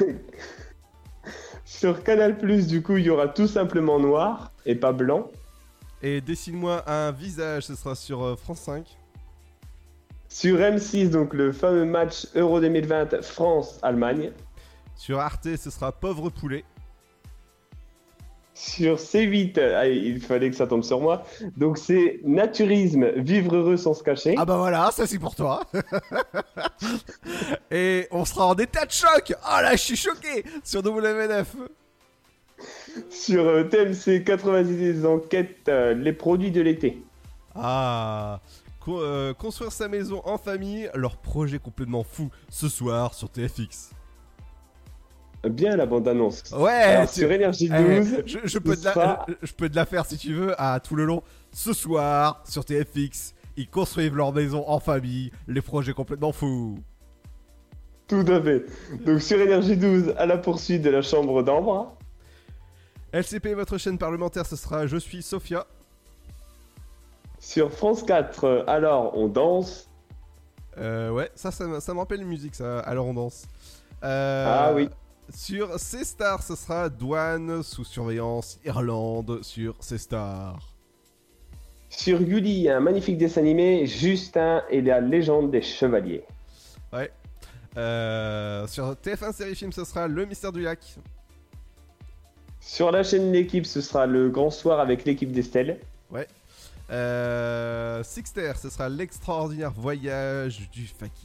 sur Canal plus, du coup, il y aura tout simplement noir et pas blanc. Et Dessine-moi un visage, ce sera sur euh, France cinq. Sur M six, donc le fameux match Euro deux mille vingt France-Allemagne. Sur Arte, ce sera Pauvre Poulet. Sur C huit, ah, il fallait que ça tombe sur moi. Donc c'est Naturisme, vivre heureux sans se cacher. Ah bah voilà, ça c'est pour toi. Et on sera en état de choc. Ah là, je suis choqué. Sur W N F. Sur euh, T M C quatre-vingt-dix enquêtes, euh, les produits de l'été. Ah, Co- euh, construire sa maison en famille, leur projet complètement fou, ce soir sur T F X. Bien la bande-annonce. Ouais. Alors, tu... sur Énergie douze, eh, je, je, peux te sera... la, je peux te la faire si tu veux à tout le long. Ce soir sur T F X, ils construisent leur maison en famille, les projets complètement fous. Tout à fait. Donc sur Énergie douze, à la poursuite de la chambre d'Ambre. L C P, votre chaîne parlementaire, ce sera Je suis Sophia. Sur France quatre, alors on danse. Euh, ouais, ça, ça, ça me rappelle une musique, ça. Alors on danse. Euh, ah oui. Sur C-Star, ce sera Douane sous surveillance Irlande sur C-Star. Sur Gulli, un magnifique dessin animé, Justin et la légende des chevaliers. Ouais. Euh, sur T F un Série Film, ce sera Le Mystère du Lac. Sur la chaîne L'équipe, ce sera Le Grand Soir avec l'équipe d'Estelle. Ouais. Euh, Sixter, ce sera L'extraordinaire voyage du fakir.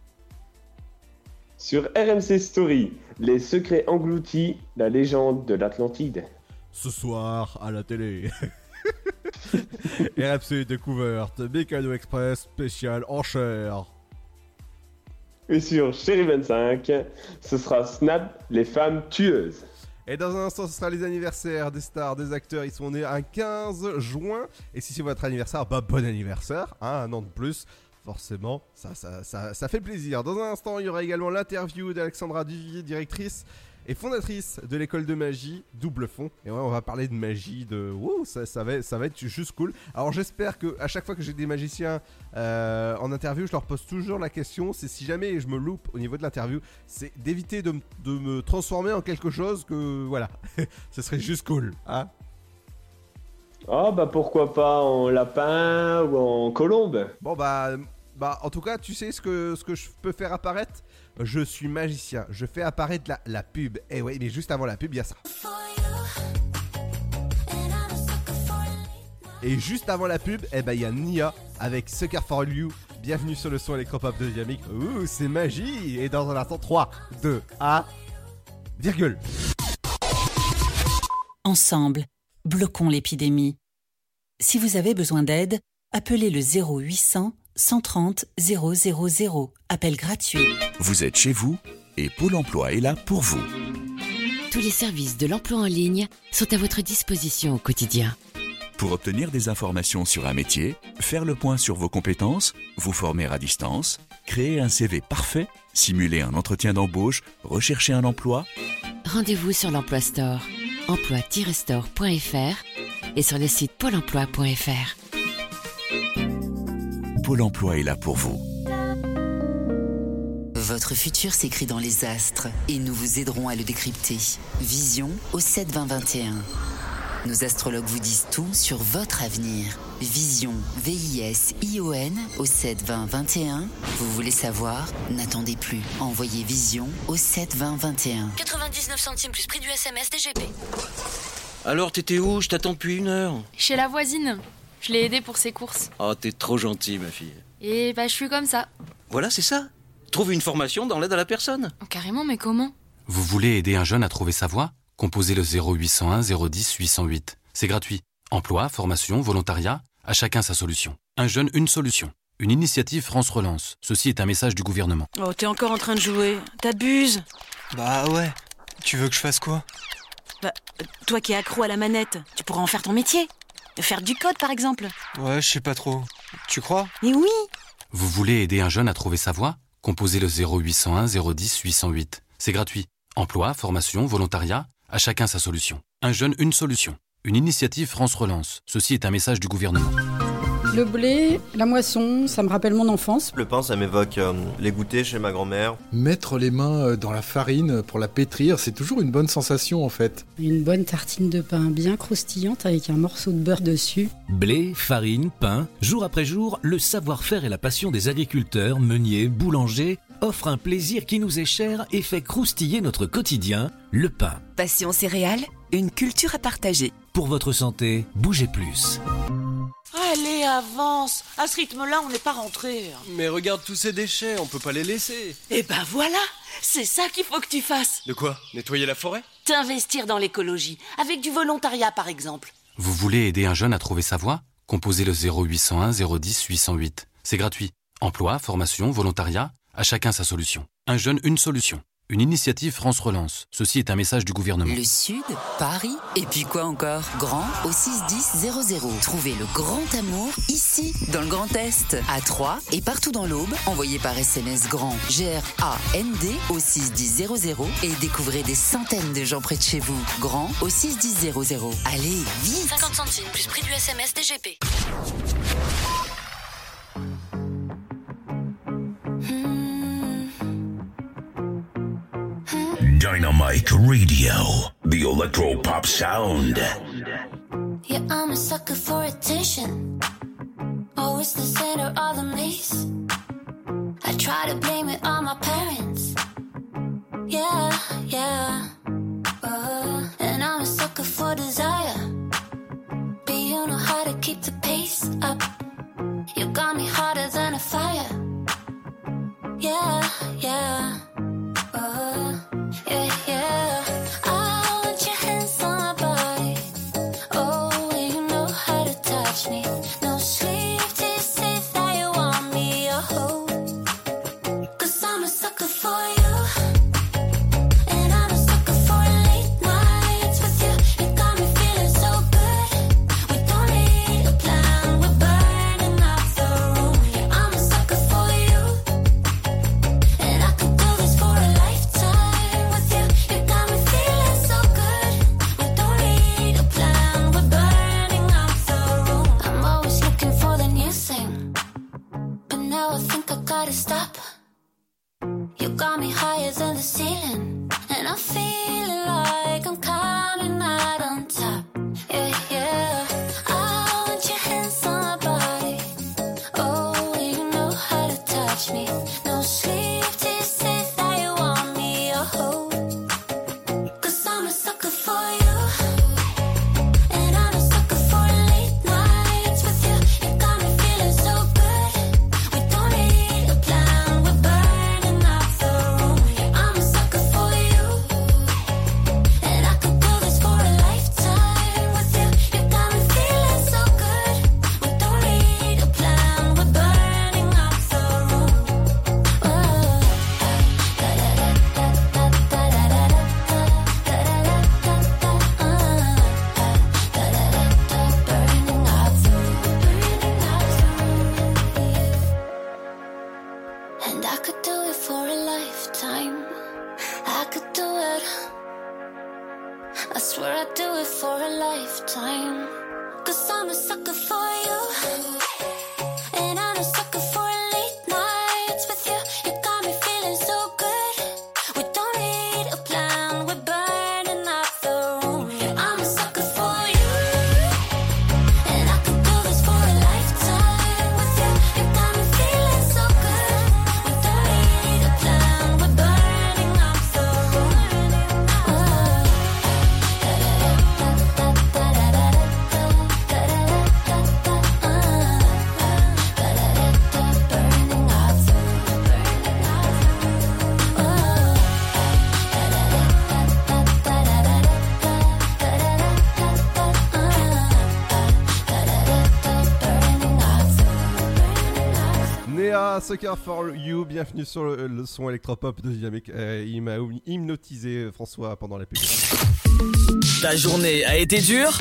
Sur R M C Story, Les secrets engloutis, la légende de l'Atlantide. Ce soir, à la télé. R M C Découverte, Mécano Express, spécial enchère. Et sur Chérie vingt-cinq, ce sera Snap, les femmes tueuses. Et dans un instant, ce sera les anniversaires des stars, des acteurs. Ils sont nés un quinze juin. Et si c'est votre anniversaire, bah bon anniversaire, hein, un an de plus. Forcément, ça, ça, ça, ça fait plaisir. Dans un instant, il y aura également l'interview d'Alexandra Duvivier, directrice et fondatrice de l'école de magie Double Fond. Et ouais, on va parler de magie, de... Ouh, ça, ça, va, ça va être juste cool. Alors j'espère que à chaque fois que j'ai des magiciens euh, en interview, je leur pose toujours la question, c'est si jamais je me loupe au niveau de l'interview, c'est d'éviter de, m- de me transformer en quelque chose que... Voilà, ce serait juste cool, hein. Oh bah pourquoi pas en lapin ou en colombe. Bon bah... Bah, en tout cas, tu sais ce que, ce que je peux faire apparaître ? Je suis magicien, je fais apparaître la, la pub. Et ouais, mais juste avant la pub, il y a ça. Et juste avant la pub, eh ben, il y a Nia avec Sucker for You. Bienvenue sur le son électropop de Dynamique. Ouh, c'est magie. Et dans un instant, trois, deux, un, virgule. Ensemble, bloquons l'épidémie. Si vous avez besoin d'aide, appelez le zéro huit cents cent trente zéro zéro zéro. Appel gratuit. Vous êtes chez vous et Pôle emploi est là pour vous. Tous les services de l'emploi en ligne sont à votre disposition au quotidien. Pour obtenir des informations sur un métier, faire le point sur vos compétences, vous former à distance, créer un C V parfait, simuler un entretien d'embauche, rechercher un emploi. Rendez-vous sur l'Emploi Store, emploi tiret store point f r et sur le site pôle emploi point f r. Pôle emploi est là pour vous. Votre futur s'écrit dans les astres et nous vous aiderons à le décrypter. Vision au sept vingt vingt et un. Nos astrologues vous disent tout sur votre avenir. Vision, V I S I O N au sept vingt vingt et un. Vous voulez savoir ? N'attendez plus. Envoyez Vision au sept vingt vingt et un. quatre-vingt-dix-neuf centimes plus prix du S M S D G P. Alors, t'étais où ? Je t'attends depuis une heure. Chez la voisine. Je l'ai aidée pour ses courses. Oh, t'es trop gentille, ma fille. Et bah, je suis comme ça. Voilà, c'est ça. Trouve une formation dans l'aide à la personne. Oh, carrément, mais comment ? Vous voulez aider un jeune à trouver sa voie ? Composez le zéro huit cent un zéro dix huit cent huit. C'est gratuit. Emploi, formation, volontariat, à chacun sa solution. Un jeune, une solution. une initiative France Relance. Ceci est un message du gouvernement. Oh, t'es encore en train de jouer. T'abuses. Bah ouais. Tu veux que je fasse quoi? Bah, toi qui es accro à la manette, tu pourras en faire ton métier. Faire du code, par exemple. Ouais, je sais pas trop. Tu crois? Mais oui. Vous voulez aider un jeune à trouver sa voie? Composez le zéro huit cent un zéro dix huit cent huit. C'est gratuit. Emploi, formation, volontariat, à chacun sa solution. Un jeune, une solution. Une initiative France Relance. Ceci est un message du gouvernement. Le blé, la moisson, ça me rappelle mon enfance. Le pain, ça m'évoque euh, les goûters chez ma grand-mère. Mettre les mains dans la farine pour la pétrir, c'est toujours une bonne sensation en fait. Une bonne tartine de pain bien croustillante avec un morceau de beurre dessus. Blé, farine, pain, jour après jour, le savoir-faire et la passion des agriculteurs, meuniers, boulangers offrent un plaisir qui nous est cher et fait croustiller notre quotidien, le pain. Passion céréales, une culture à partager. Pour votre santé, bougez plus. Allez, avance. À ce rythme-là, on n'est pas rentré. Mais regarde tous ces déchets, on peut pas les laisser. Eh ben voilà, c'est ça qu'il faut que tu fasses. De quoi? Nettoyer la forêt? T'investir dans l'écologie, avec du volontariat par exemple. Vous voulez aider un jeune à trouver sa voie? Composez le zéro huit cent un zéro dix huit cent huit. C'est gratuit. Emploi, formation, volontariat, à chacun sa solution. Un jeune, une solution. Une initiative France Relance. Ceci est un message du gouvernement. Le Sud, Paris, et puis quoi encore? Grand au six dix zéro zéro. Trouvez le grand amour ici, dans le Grand Est, à Troyes et partout dans l'Aube. Envoyez par S M S grand G R A N D au six dix zéro zéro et découvrez des centaines de gens près de chez vous. Grand au six dix zéro zéro. Allez, vite! cinquante centimes plus prix du S M S D G P. Dynamite Radio, the electro pop sound. Yeah, I'm a sucker for attention. Always the center of the maze. I try to blame it on my parents. Yeah, yeah. Uh, and I'm a sucker for desire. But you know how to keep the pace up. You got me hotter than a fire. Yeah, yeah. Uh, yeah, yeah. I want your hands on my body. Oh, you know how to touch me. No sleep till you say that you want me. Oh, 'cause I'm a sucker for you. And I'm a sucker for late nights with you. You got me feeling so good. We don't need a plan. We're burning up the room. Yeah, I'm a sucker for you. And I could do this for a lifetime with you. You got me feeling so good. We don't need a plan. We're burning up the room. I'm always looking for the new thing, but now I think I gotta stop. You got me higher than the ceiling, and I'm feeling like I'm coming out on top. Yeah, yeah. I want your hands on my body. Oh, you know how to touch me. No sleep till you say that you want me. Oh, 'cause I'm a sucker for you. And I'm a sucker for late nights with you. You got me feeling so good. We don't need a plan. We're burning up the room. Yeah, I'm a sucker for you. And I could do this for a lifetime with you. You got me feeling so good. We don't need a plan. We're burning up the room. And I could do it for a lifetime. I could do it. I swear I'd do it for a lifetime. 'Cause I'm a sucker for you. And I'm a sucker for late nights with you. You got me feeling so good. We don't need a plan. We're burning up the room. Yeah, I'm a sucker for you. And I could do this for a lifetime with you. You got me feeling so good. We don't need a plan. We're burning up the room. Sucker for You, bienvenue sur le, le son électropop de Dynamique. Euh, il m'a hypnotisé François pendant la pub. Ta journée a été dure?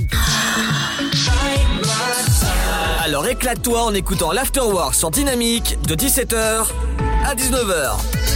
Alors éclate-toi en écoutant l'Afterwork sur Dynamique de dix-sept heures à dix-neuf heures.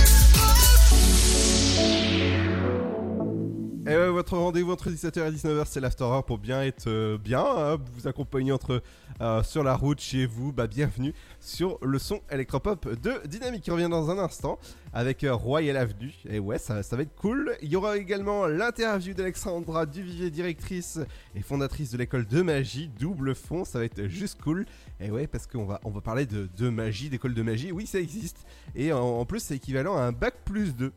Et ouais, votre rendez-vous entre dix-sept heures et dix-neuf heures, c'est l'Afterwork pour bien être euh, bien, hein, vous accompagner entre euh, sur la route, chez vous. Bah bienvenue sur le son électropop de Dynamique qui revient dans un instant avec euh, Royal Avenue. Et ouais, ça, ça va être cool. Il y aura également l'interview d'Alexandra Duvivier, directrice et fondatrice de l'école de magie Double Fond. Ça va être juste cool. Et ouais, parce qu'on va on va parler de, de magie, d'école de magie. Oui, ça existe. Et en, en plus, c'est équivalent à un bac plus deux.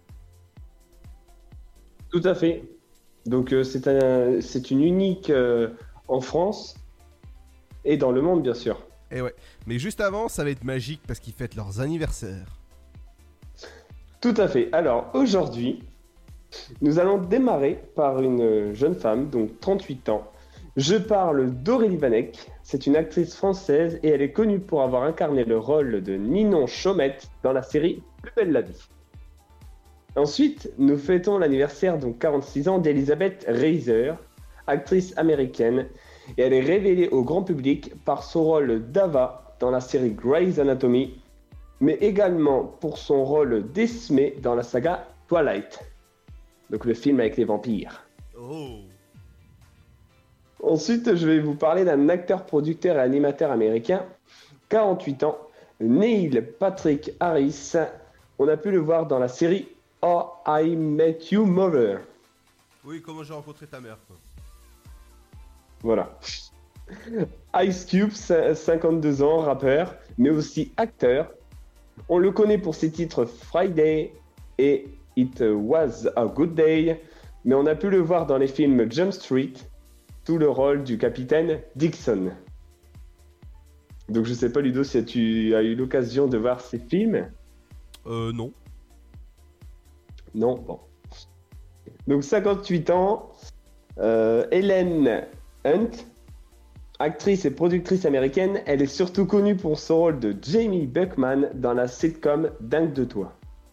Tout à fait. Donc euh, c'est, un, c'est une unique euh, en France et dans le monde bien sûr. Et ouais, mais juste avant ça va être magique parce qu'ils fêtent leurs anniversaires. Tout à fait. Alors aujourd'hui, nous allons démarrer par une jeune femme, donc trente-huit ans. Je parle d'Aurélie Vanek, c'est une actrice française et elle est connue pour avoir incarné le rôle de Ninon Chaumette dans la série Plus belle la vie. Ensuite, nous fêtons l'anniversaire, donc quarante-six ans, d'Elizabeth Reiser, actrice américaine, et elle est révélée au grand public par son rôle d'Ava dans la série Grey's Anatomy, mais également pour son rôle d'Esme dans la saga Twilight, donc le film avec les vampires. Oh. Ensuite, je vais vous parler d'un acteur, producteur et animateur américain, quarante-huit ans, Neil Patrick Harris. On a pu le voir dans la série Oh, I Met You Mother. Oui, comment j'ai rencontré ta mère, quoi. Voilà. Ice Cube, cinquante-deux ans, rappeur, mais aussi acteur. On le connaît pour ses titres Friday et It Was a Good Day, mais on a pu le voir dans les films Jump Street, sous le rôle du capitaine Dixon. Donc je sais pas, Ludo, si tu as eu l'occasion de voir ces films. Euh, non. Non, bon. Donc cinquante-huit ans, euh, Helen Hunt, actrice et productrice américaine, elle est surtout connue pour son rôle de Jamie Buckman dans la sitcom Dingue de toi.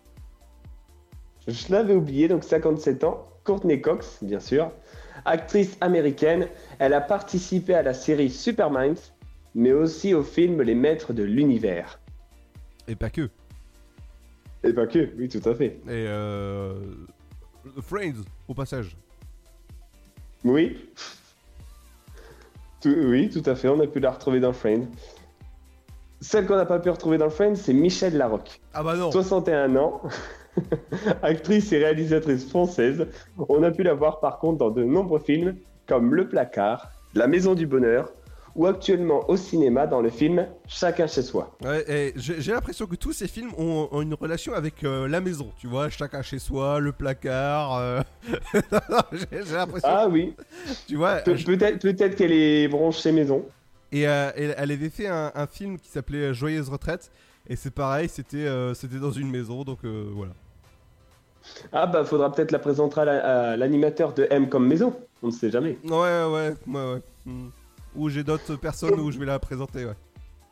Je l'avais oublié, donc cinquante-sept ans, Courtney Cox, bien sûr, actrice américaine, elle a participé à la série Superminds, mais aussi au film Les Maîtres de l'Univers. Et pas que. Et pas que, oui, tout à fait. Et euh... Friends, au passage. Oui. Tout, oui, tout à fait, on a pu la retrouver dans Friends. Celle qu'on n'a pas pu retrouver dans Friends, c'est Michèle Larocque. Ah bah non. soixante et un ans, actrice et réalisatrice française. On a pu la voir par contre dans de nombreux films, comme Le Placard, La Maison du Bonheur, ou actuellement au cinéma dans le film Chacun chez soi. Ouais, et j'ai, j'ai l'impression que tous ces films ont, ont une relation avec euh, la maison, tu vois, Chacun chez soi, Le Placard. Euh... j'ai, j'ai l'impression. Ah oui. Tu vois. Pe- je... peut-être, peut-être qu'elle est branchée maison. Et euh, elle, elle avait fait un, un film qui s'appelait Joyeuse Retraite, et c'est pareil, c'était, euh, c'était dans une maison, donc euh, voilà. Ah bah faudra peut-être la présenter à, la, à l'animateur de M comme maison, on ne sait jamais. Ouais, ouais, ouais, ouais. Mm. Ou j'ai d'autres personnes où je vais la présenter, ouais.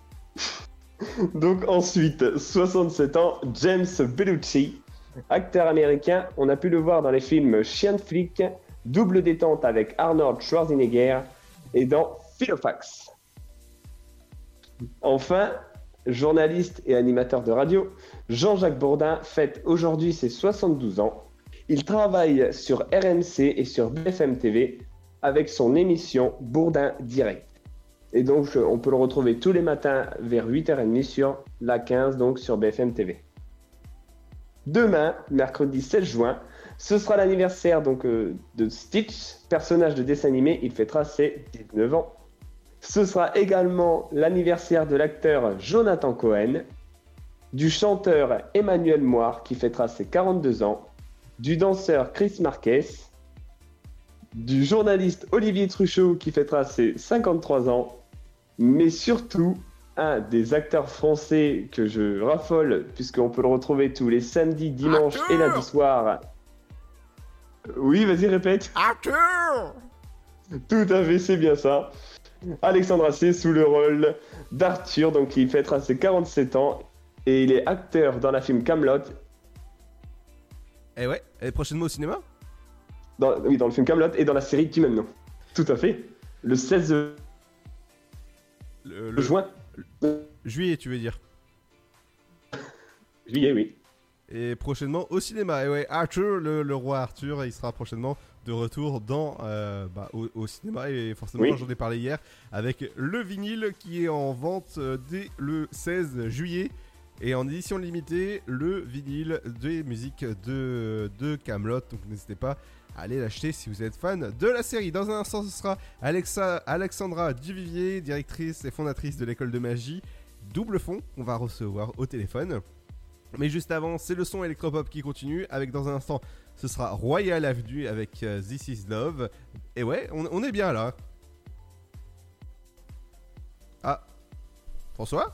Donc ensuite, soixante-sept ans, James Belushi, acteur américain. On a pu le voir dans les films Chien de flic, Double détente avec Arnold Schwarzenegger et dans Philofax. Enfin, journaliste et animateur de radio, Jean-Jacques Bourdin fête aujourd'hui ses soixante-douze ans. Il travaille sur R M C et sur B F M T V avec son émission Bourdin Direct. Et donc, on peut le retrouver tous les matins vers huit heures trente sur la quinze, donc sur B F M T V. Demain, mercredi sept juin, ce sera l'anniversaire donc, euh, de Stitch, personnage de dessin animé, il fêtera ses dix-neuf ans. Ce sera également l'anniversaire de l'acteur Jonathan Cohen, du chanteur Emmanuel Moir qui fêtera ses quarante-deux ans, du danseur Chris Marquez, du journaliste Olivier Truchot qui fêtera ses cinquante-trois ans, mais surtout un des acteurs français que je raffole puisqu'on peut le retrouver tous les samedis, dimanches Arthur et lundi soir. Oui, vas-y, répète. Arthur. Tout à fait, c'est bien ça. Alexandre Astier sous le rôle d'Arthur, donc il fêtera ses quarante-sept ans. Et il est acteur dans la film Kaamelott. Et ouais, et prochainement au cinéma dans, Oui, dans le film Kaamelott et dans la série du même nom. Tout à fait. Le seize le, le juin. Le, juillet, tu veux dire Juillet, oui. Et prochainement au cinéma. Et ouais, Arthur, le, le roi Arthur, il sera prochainement de retour dans, euh, bah, au, au cinéma. Et forcément, oui. J'en ai parlé hier avec le vinyle qui est en vente dès le seize juillet. Et en édition limitée, le vinyle des musiques de, de Kaamelott. Donc n'hésitez pas à aller l'acheter si vous êtes fan de la série. Dans un instant, ce sera Alexa, Alexandra Duvivier, directrice et fondatrice de l'école de magie Double Fond, qu'on va recevoir au téléphone. Mais juste avant, c'est le son électropop qui continue. Avec dans un instant, ce sera Royal Avenue avec uh, This Is Love. Et ouais, on, on est bien là. Ah, François ?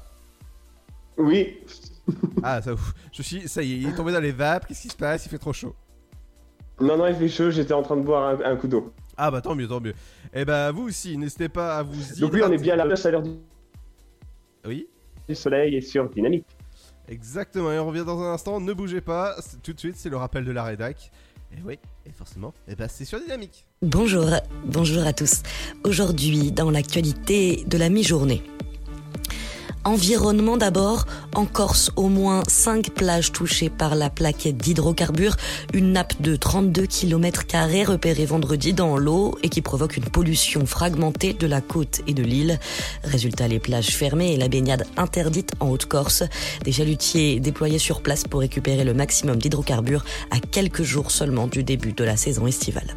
Oui. Ah, ça, je suis, ça y est, il est tombé dans les vapes. Qu'est-ce qui se passe? Il fait trop chaud. Non, non, il fait chaud. J'étais en train de boire un, un coup d'eau. Ah bah tant mieux, tant mieux. Et bah vous aussi, n'hésitez pas à vous hydrater. Donc oui, on est bien à la place à l'heure du... Oui. Du soleil et sur Dynamique. Exactement, et on revient dans un instant. Ne bougez pas. Tout de suite, c'est le rappel de la rédac. Et oui, et forcément, et bah c'est sur Dynamique. Bonjour, bonjour à tous. Aujourd'hui, dans l'actualité de la mi-journée. Environnement d'abord, en Corse, au moins cinq plages touchées par la plaquette d'hydrocarbures, une nappe de trente-deux kilomètres carrés repérée vendredi dans l'eau et qui provoque une pollution fragmentée de la côte et de l'île. Résultat, les plages fermées et la baignade interdite en Haute-Corse. Des chalutiers déployés sur place pour récupérer le maximum d'hydrocarbures à quelques jours seulement du début de la saison estivale.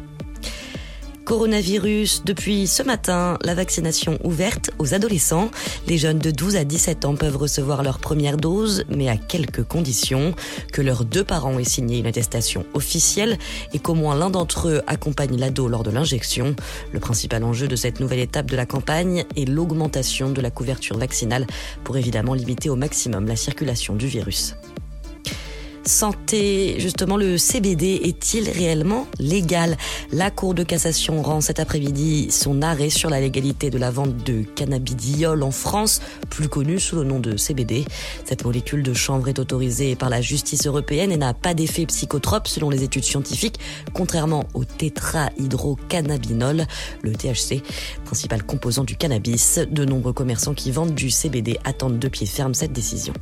Coronavirus, depuis ce matin, la vaccination ouverte aux adolescents. Les jeunes de douze à dix-sept ans peuvent recevoir leur première dose, mais à quelques conditions. Que leurs deux parents aient signé une attestation officielle et qu'au moins l'un d'entre eux accompagne l'ado lors de l'injection. Le principal enjeu de cette nouvelle étape de la campagne est l'augmentation de la couverture vaccinale pour évidemment limiter au maximum la circulation du virus. Santé, justement, le C B D est-il réellement légal? La Cour de cassation rend cet après-midi son arrêt sur la légalité de la vente de cannabidiol en France, plus connu sous le nom de C B D. Cette molécule de chanvre est autorisée par la justice européenne et n'a pas d'effet psychotrope selon les études scientifiques, contrairement au tétrahydrocannabinol, le T H C, principal composant du cannabis. De nombreux commerçants qui vendent du C B D attendent de pied ferme cette décision.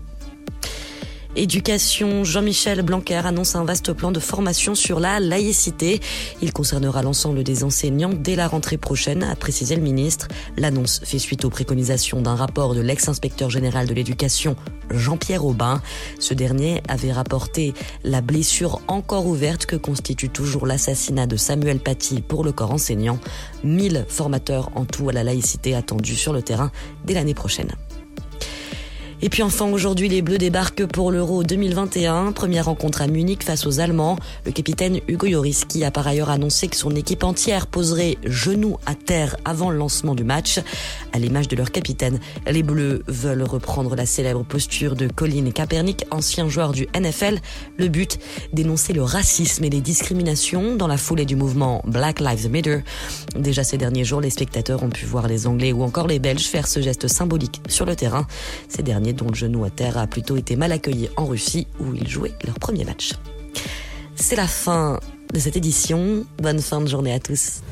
Éducation, Jean-Michel Blanquer annonce un vaste plan de formation sur la laïcité. Il concernera l'ensemble des enseignants dès la rentrée prochaine, a précisé le ministre. L'annonce fait suite aux préconisations d'un rapport de l'ex-inspecteur général de l'éducation, Jean-Pierre Aubin. Ce dernier avait rapporté la blessure encore ouverte que constitue toujours l'assassinat de Samuel Paty pour le corps enseignant. mille formateurs en tout à la laïcité attendus sur le terrain dès l'année prochaine. Et puis enfin, aujourd'hui, les Bleus débarquent pour l'Euro deux mille vingt et un. Première rencontre à Munich face aux Allemands. Le capitaine Hugo Lloris qui a par ailleurs annoncé que son équipe entière poserait genoux à terre avant le lancement du match. À l'image de leur capitaine, les Bleus veulent reprendre la célèbre posture de Colin Kaepernick, ancien joueur du N F L. Le but, dénoncer le racisme et les discriminations dans la foulée du mouvement Black Lives Matter. Déjà ces derniers jours, les spectateurs ont pu voir les Anglais ou encore les Belges faire ce geste symbolique sur le terrain. Ces derniers dont le genou à terre a plutôt été mal accueilli en Russie où ils jouaient leur premier match. C'est la fin de cette édition. Bonne fin de journée à tous.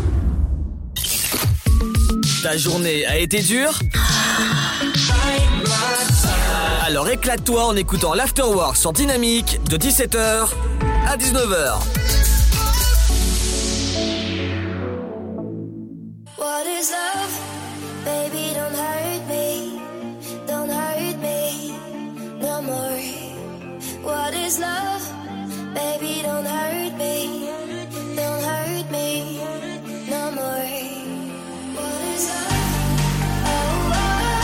Ta journée a été dure? Alors éclate-toi en écoutant l'Afterwork sur Dynamique de dix-sept heures à dix-neuf heures. What is love? Baby, don't hurt me. Don't hurt me no more. What is love? Baby, don't hurt me. Don't hurt me no more. What is love? Oh,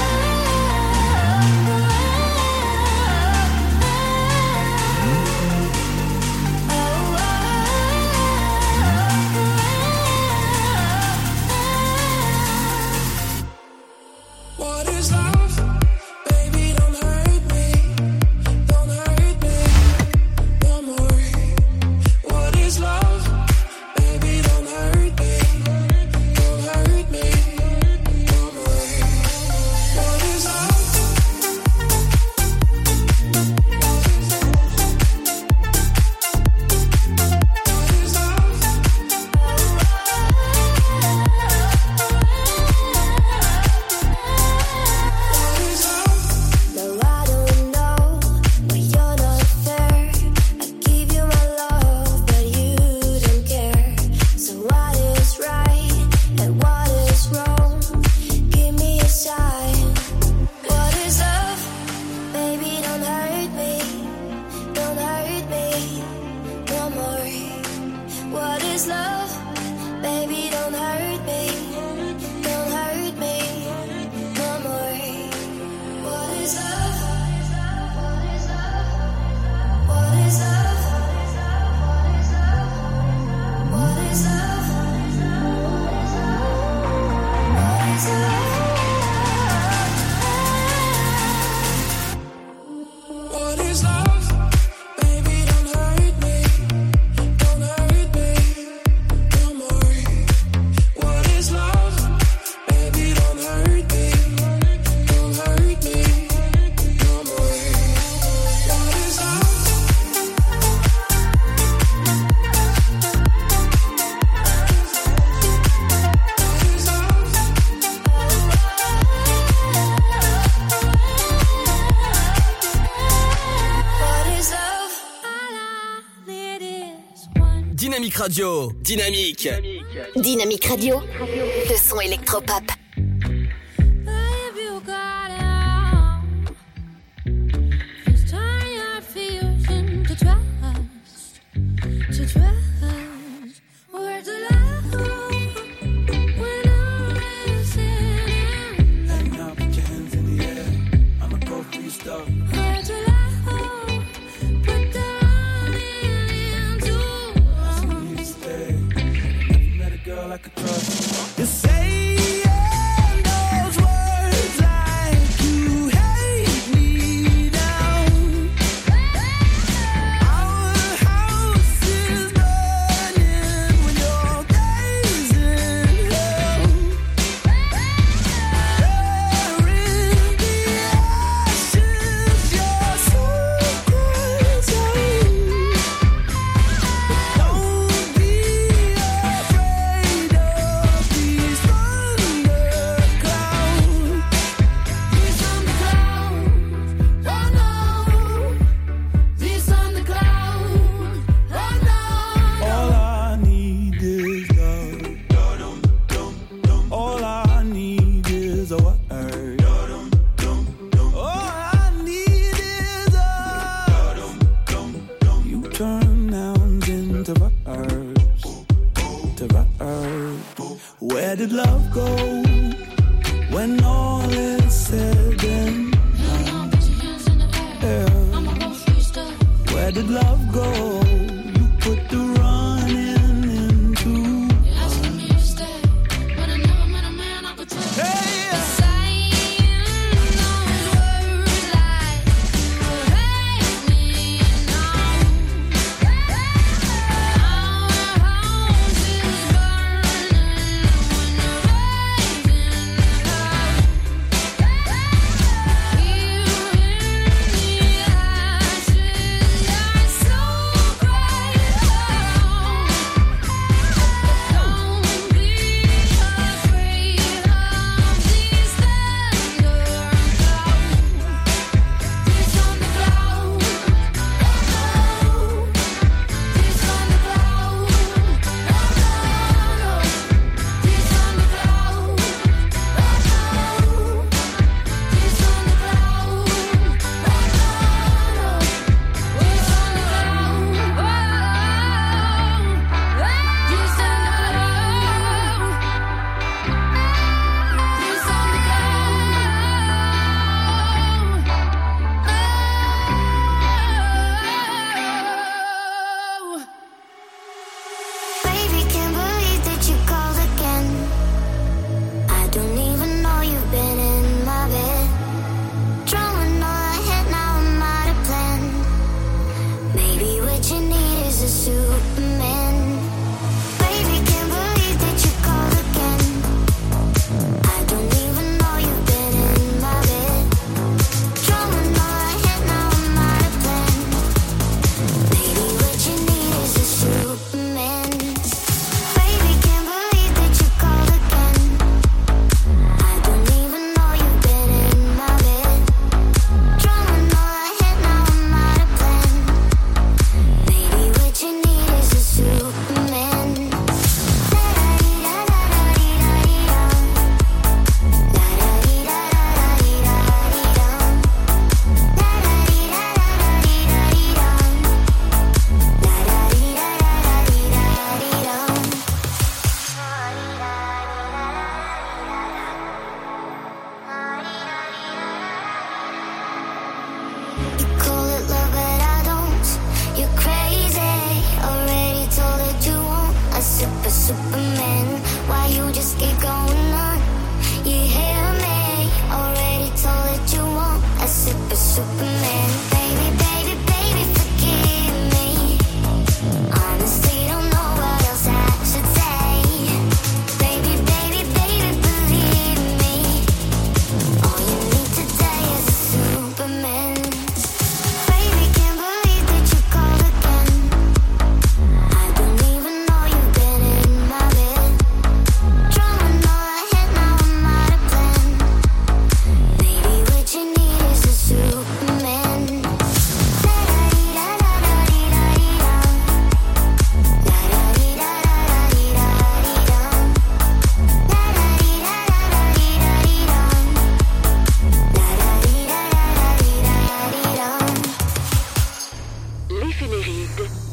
what is love? Baby, don't hurt me. Don't hurt me no more. What is Dynamique Radio. Dynamique. Dynamique Radio. Le son électropop. You say those words like you hate me down. Our house is burning when your days in hell. There in the ashes, your soul cries out. Don't be afraid of these Where did love go when all is said and done? Yeah. Where did love go? You put the running into hey. So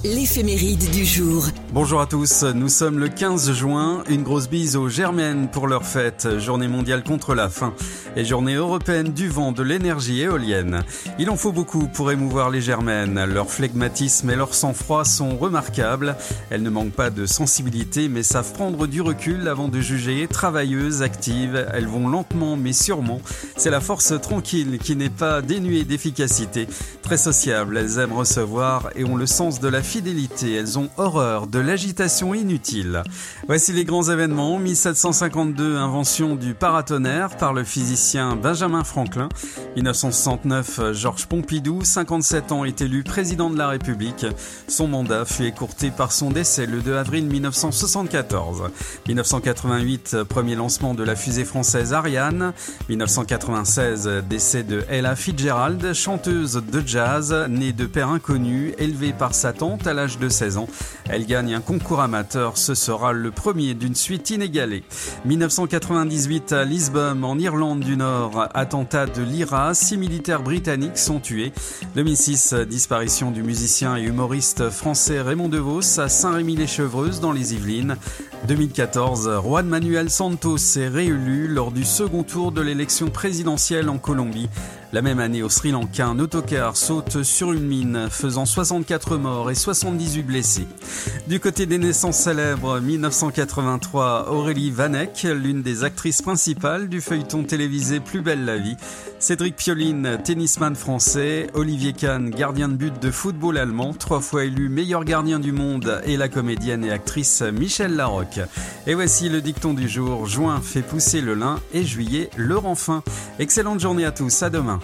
l'éphéméride du jour. Bonjour à tous, nous sommes le quinze juin, une grosse bise aux Germaines pour leur fête, journée mondiale contre la faim et journée européenne du vent, de l'énergie éolienne. Il en faut beaucoup pour émouvoir les Germaines, leur flegmatisme et leur sang-froid sont remarquables. Elles ne manquent pas de sensibilité mais savent prendre du recul avant de juger. Travailleuses, actives, elles vont lentement mais sûrement. C'est la force tranquille qui n'est pas dénuée d'efficacité. Très sociables, elles aiment recevoir et ont le sens de la fidélité. Elles ont horreur de l'agitation inutile. Voici les grands événements. mille sept cent cinquante-deux, invention du paratonnerre par le physicien Benjamin Franklin. mille neuf cent soixante-neuf, Georges Pompidou, cinquante-sept ans, est élu président de la République. Son mandat fut écourté par son décès le deux avril mille neuf cent soixante-quatorze. mille neuf cent quatre-vingt-huit, premier lancement de la fusée française Ariane. mille neuf cent quatre-vingt-seize, décès de Ella Fitzgerald, chanteuse de jazz, née de père inconnu, élevée par sa tante à l'âge de seize ans. Elle gagne un concours amateur, ce sera le premier d'une suite inégalée. mille neuf cent quatre-vingt-dix-huit, à Lisbonne, en Irlande du Nord, attentat de l'I R A, six militaires britanniques sont tués. deux mille six, disparition du musicien et humoriste français Raymond DeVos à Saint-Rémy-les-Chevreuses dans les Yvelines. deux mille quatorze, Juan Manuel Santos est réélu lors du second tour de l'élection présidentielle en Colombie. La même année, au Sri Lanka, un autocar saute sur une mine, faisant soixante-quatre morts et soixante-dix-huit blessés. Du côté des naissances célèbres, mille neuf cent quatre-vingt-trois, Aurélie Vanek, l'une des actrices principales du feuilleton télévisé Plus belle la vie. Cédric Pioline, tennisman français. Olivier Kahn, gardien de but de football allemand, trois fois élu meilleur gardien du monde. Et la comédienne et actrice Michel Larocque. Et voici le dicton du jour. Juin fait pousser le lin et juillet le rend fin. Excellente journée à tous, à demain.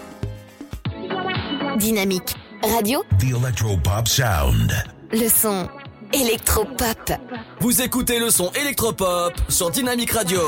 Dynamique Radio. The Electropop Sound. Le son électropop. Vous écoutez le son électropop sur Dynamique Radio.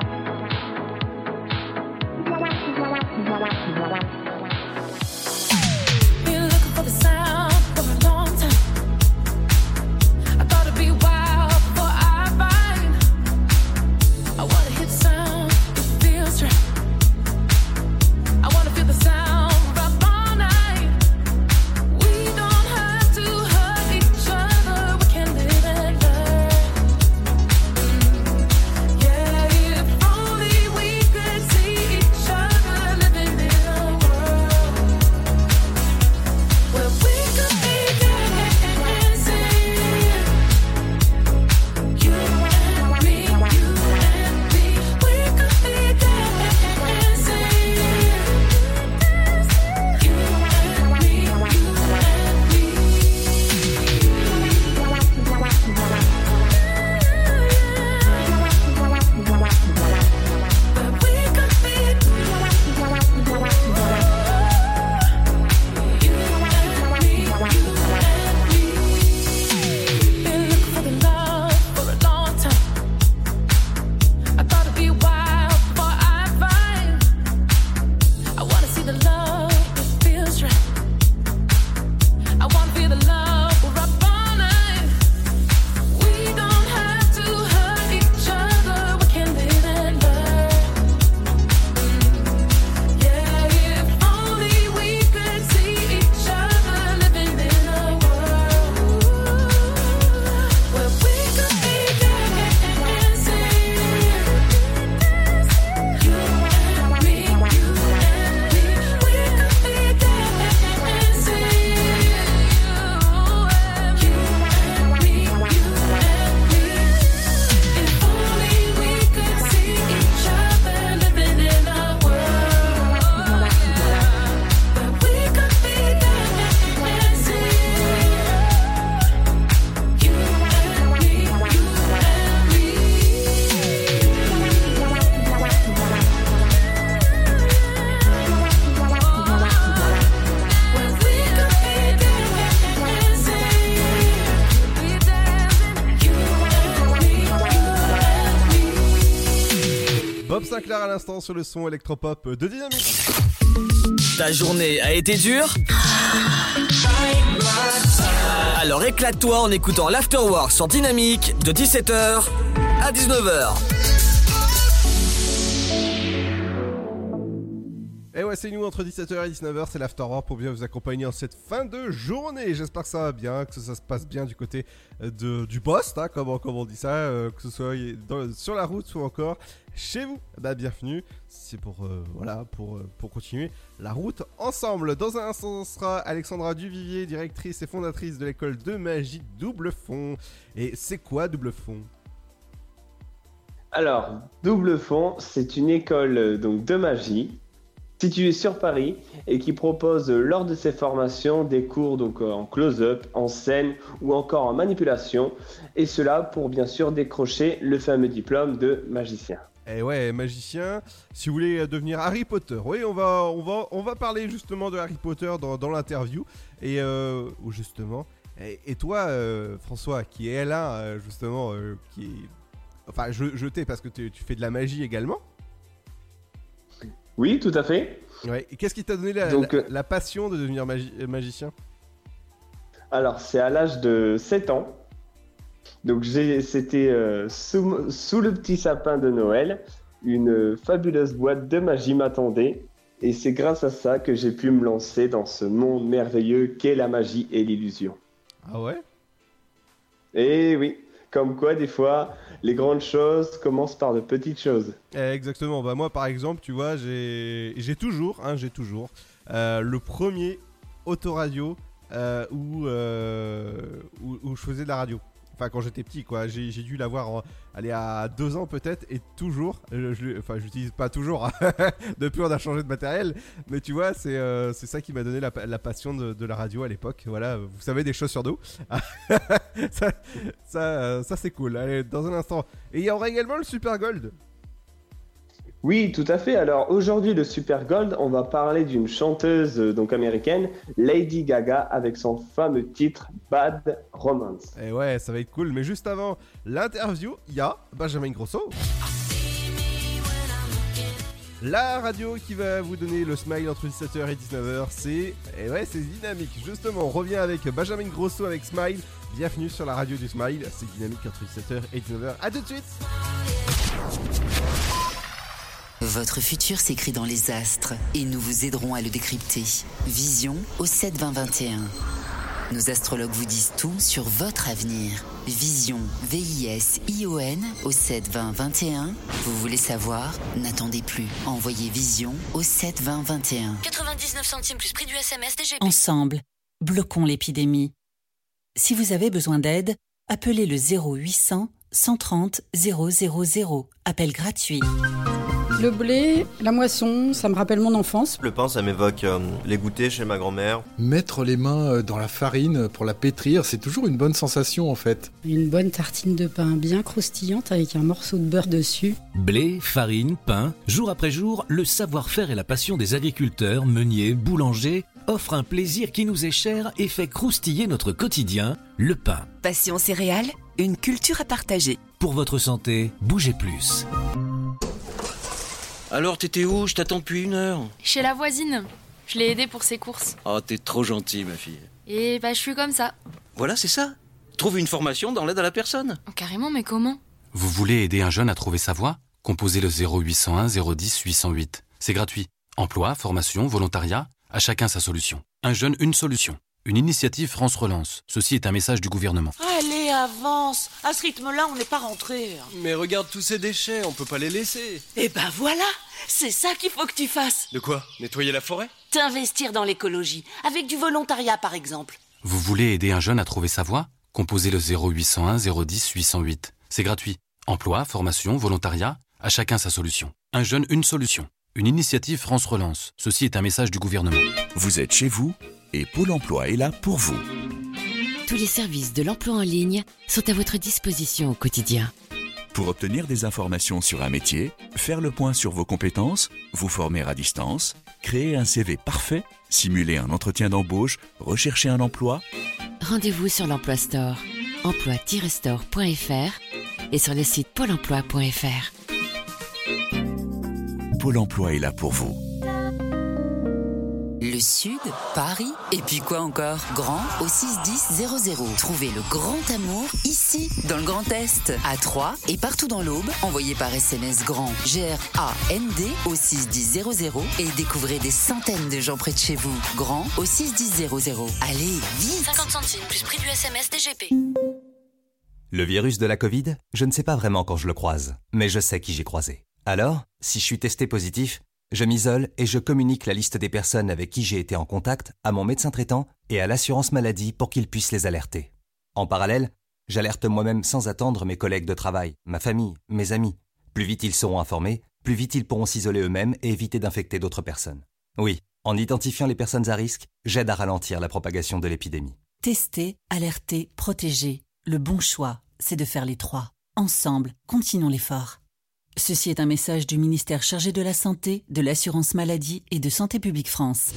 Sinclair à l'instant sur le son électropop de Dynamique. Ta journée a été dure ? Alors éclate-toi en écoutant l'Afterwork sur Dynamique de dix-sept heures à dix-neuf heures. Et ouais, c'est nous entre dix-sept heures et dix-neuf heures, c'est l'Afterwork pour bien vous accompagner en cette fin de journée. J'espère que ça va bien, que ça se passe bien du côté de, du poste, hein, comme, comme on dit ça, euh, que ce soit dans, sur la route ou encore chez vous. Bah, bienvenue, c'est pour, euh, voilà, pour, pour continuer la route ensemble. Dans un instant, ce sera Alexandra Duvivier, directrice et fondatrice de l'école de magie Double Fond. Et c'est quoi Double Fond ? Alors, Double Fond, c'est une école donc, de magie située sur Paris et qui propose lors de ses formations des cours donc, en close-up, en scène ou encore en manipulation, et cela pour bien sûr décrocher le fameux diplôme de magicien. Et ouais, magicien, si vous voulez devenir Harry Potter, oui, on va, on va, on va parler justement de Harry Potter dans, dans l'interview, et euh, justement, et, et toi euh, François, qui est là euh, justement, euh, qui est... Enfin, je, je t'ai parce que tu fais de la magie également. Oui, tout à fait. Ouais. Et qu'est-ce qui t'a donné la, Donc, la, la passion de devenir magi- magicien ? Alors, c'est à l'âge de sept ans. Donc, j'ai, c'était euh, sous, sous le petit sapin de Noël. Une fabuleuse boîte de magie m'attendait. Et c'est grâce à ça que j'ai pu me lancer dans ce monde merveilleux qu'est la magie et l'illusion. Ah ouais ? Eh oui. Comme quoi, des fois, les grandes choses commencent par de petites choses. Eh, exactement. Bah moi, par exemple, tu vois, j'ai, j'ai toujours, hein, j'ai toujours euh, le premier autoradio euh, où, euh, où, où je faisais de la radio. Enfin, quand j'étais petit, quoi. J'ai, j'ai dû l'avoir, en, aller à deux ans peut-être, et toujours. Je, je, enfin, j'utilise pas toujours. Depuis, on a changé de matériel, mais tu vois, c'est, euh, c'est ça qui m'a donné la, la passion de, de la radio à l'époque. Voilà, vous savez, des choses sur nous. ça, ça, euh, ça, c'est cool. Allez, dans un instant. Et il y aura également le Super Gold. Oui, tout à fait. Alors aujourd'hui, le Super Gold, on va parler d'une chanteuse euh, donc américaine, Lady Gaga, avec son fameux titre Bad Romance. Et ouais, ça va être cool. Mais juste avant l'interview, il y a Benjamin Grosso. La radio qui va vous donner le smile entre dix-sept heures et dix-neuf heures, c'est... Et ouais, c'est Dynamique. Justement, on revient avec Benjamin Grosso avec Smile. Bienvenue sur la radio du Smile. C'est Dynamique entre dix-sept heures et dix-neuf heures. A tout de suite. Votre futur s'écrit dans les astres et nous vous aiderons à le décrypter. Vision au sept vingt vingt et un. Nos astrologues vous disent tout sur votre avenir. Vision, V I S I O N au sept vingt vingt et un. Vous voulez savoir ? N'attendez plus. Envoyez Vision au sept vingt vingt et un. quatre-vingt-dix-neuf centimes plus prix du S M S D G P. Ensemble, bloquons l'épidémie. Si vous avez besoin d'aide, appelez le zéro huit cents cent trente zéro zéro zéro. Appel gratuit. Le blé, la moisson, ça me rappelle mon enfance. Le pain, ça m'évoque euh, les goûters chez ma grand-mère. Mettre les mains dans la farine pour la pétrir, c'est toujours une bonne sensation en fait. Une bonne tartine de pain bien croustillante avec un morceau de beurre dessus. Blé, farine, pain, jour après jour, le savoir-faire et la passion des agriculteurs, meuniers, boulangers offrent un plaisir qui nous est cher et fait croustiller notre quotidien, le pain. Passion céréales, une culture à partager. Pour votre santé, bougez plus. Alors, t'étais où ? Je t'attends depuis une heure. Chez la voisine. Je l'ai aidée pour ses courses. Oh, t'es trop gentille, ma fille. Et bah, je suis comme ça. Voilà, c'est ça. Trouve une formation dans l'aide à la personne. Carrément, mais comment ? Vous voulez aider un jeune à trouver sa voie ? Composez le zéro huit cent un zéro dix huit cent huit. C'est gratuit. Emploi, formation, volontariat, à chacun sa solution. Un jeune, une solution. Une initiative France Relance. Ceci est un message du gouvernement. Allez, avance. À ce rythme-là, on n'est pas rentré. Mais regarde tous ces déchets, on peut pas les laisser. Eh ben voilà, c'est ça qu'il faut que tu fasses. De quoi ? Nettoyer la forêt ? T'investir dans l'écologie, avec du volontariat par exemple. Vous voulez aider un jeune à trouver sa voie ? Composez le zéro huit cent un zéro dix huit cent huit. C'est gratuit. Emploi, formation, volontariat, à chacun sa solution. Un jeune, une solution. Une initiative France Relance. Ceci est un message du gouvernement. Vous êtes chez vous et Pôle emploi est là pour vous. Tous les services de l'emploi en ligne sont à votre disposition au quotidien. Pour obtenir des informations sur un métier, faire le point sur vos compétences, vous former à distance, créer un C V parfait, simuler un entretien d'embauche, rechercher un emploi. Rendez-vous sur l'Emploi Store, emploi tiret store point f r et sur le site pôle emploi point f r. Pôle emploi est là pour vous. Le Le Sud, Paris, et puis quoi encore? Grand au six dix zéro zéro. Trouvez le grand amour ici, dans le Grand Est, à Troyes et partout dans l'Aube. Envoyez par S M S GRAND, G R A N D au six dix zéro zéro et découvrez des centaines de gens près de chez vous. Grand au six dix zéro zéro. Allez, vite! cinquante centimes plus prix du S M S D G P. Le virus de la Covid, je ne sais pas vraiment quand je le croise, mais je sais qui j'ai croisé. Alors, si je suis testé positif, je m'isole et je communique la liste des personnes avec qui j'ai été en contact à mon médecin traitant et à l'assurance maladie pour qu'ils puissent les alerter. En parallèle, j'alerte moi-même sans attendre mes collègues de travail, ma famille, mes amis. Plus vite ils seront informés, plus vite ils pourront s'isoler eux-mêmes et éviter d'infecter d'autres personnes. Oui, en identifiant les personnes à risque, j'aide à ralentir la propagation de l'épidémie. Tester, alerter, protéger. Le bon choix, c'est de faire les trois. Ensemble, continuons l'effort. Ceci est un message du ministère chargé de la Santé, de l'Assurance Maladie et de Santé Publique France.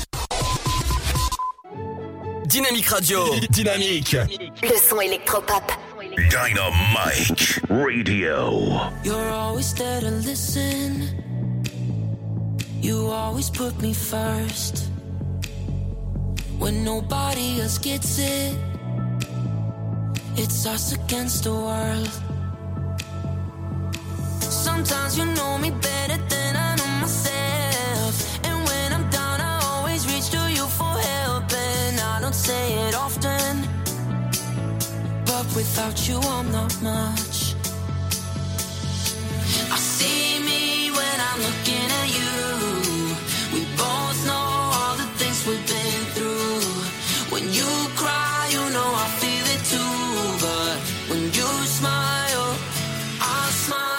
Dynamique Radio. Dynamique. Le son électropop. Dynamique Radio. You're always there to listen. You always put me first. When nobody else gets it, it's us against the world. Sometimes you know me better than I know myself. And when I'm down, I always reach to you for help. And I don't say it often, but without you, I'm not much. I see me when I'm looking at you. We both know all the things we've been through. When you cry, you know I feel it too. But when you smile, I smile.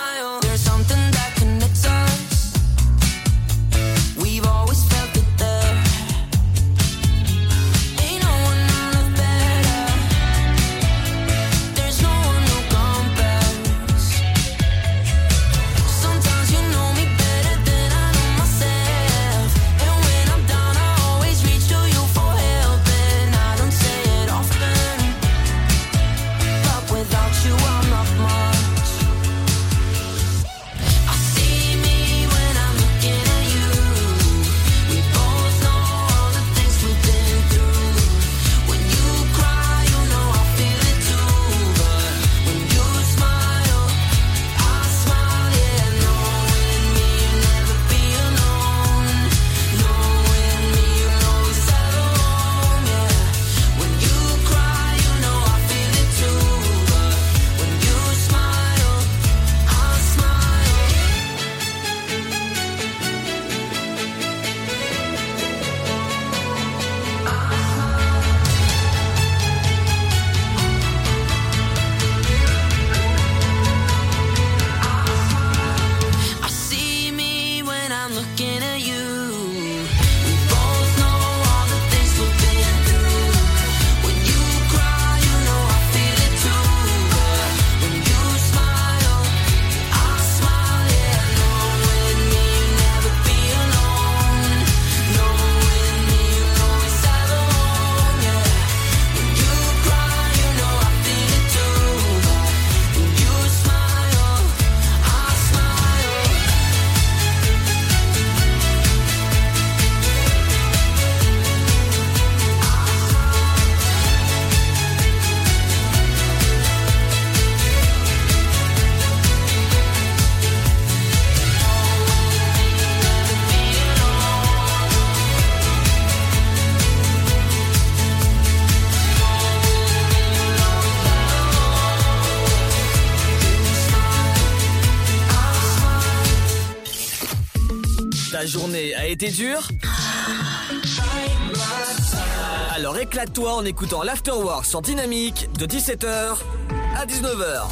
La journée a été dure? Alors éclate-toi en écoutant l'Afterwork sur Dynamique de dix-sept heures à dix-neuf heures.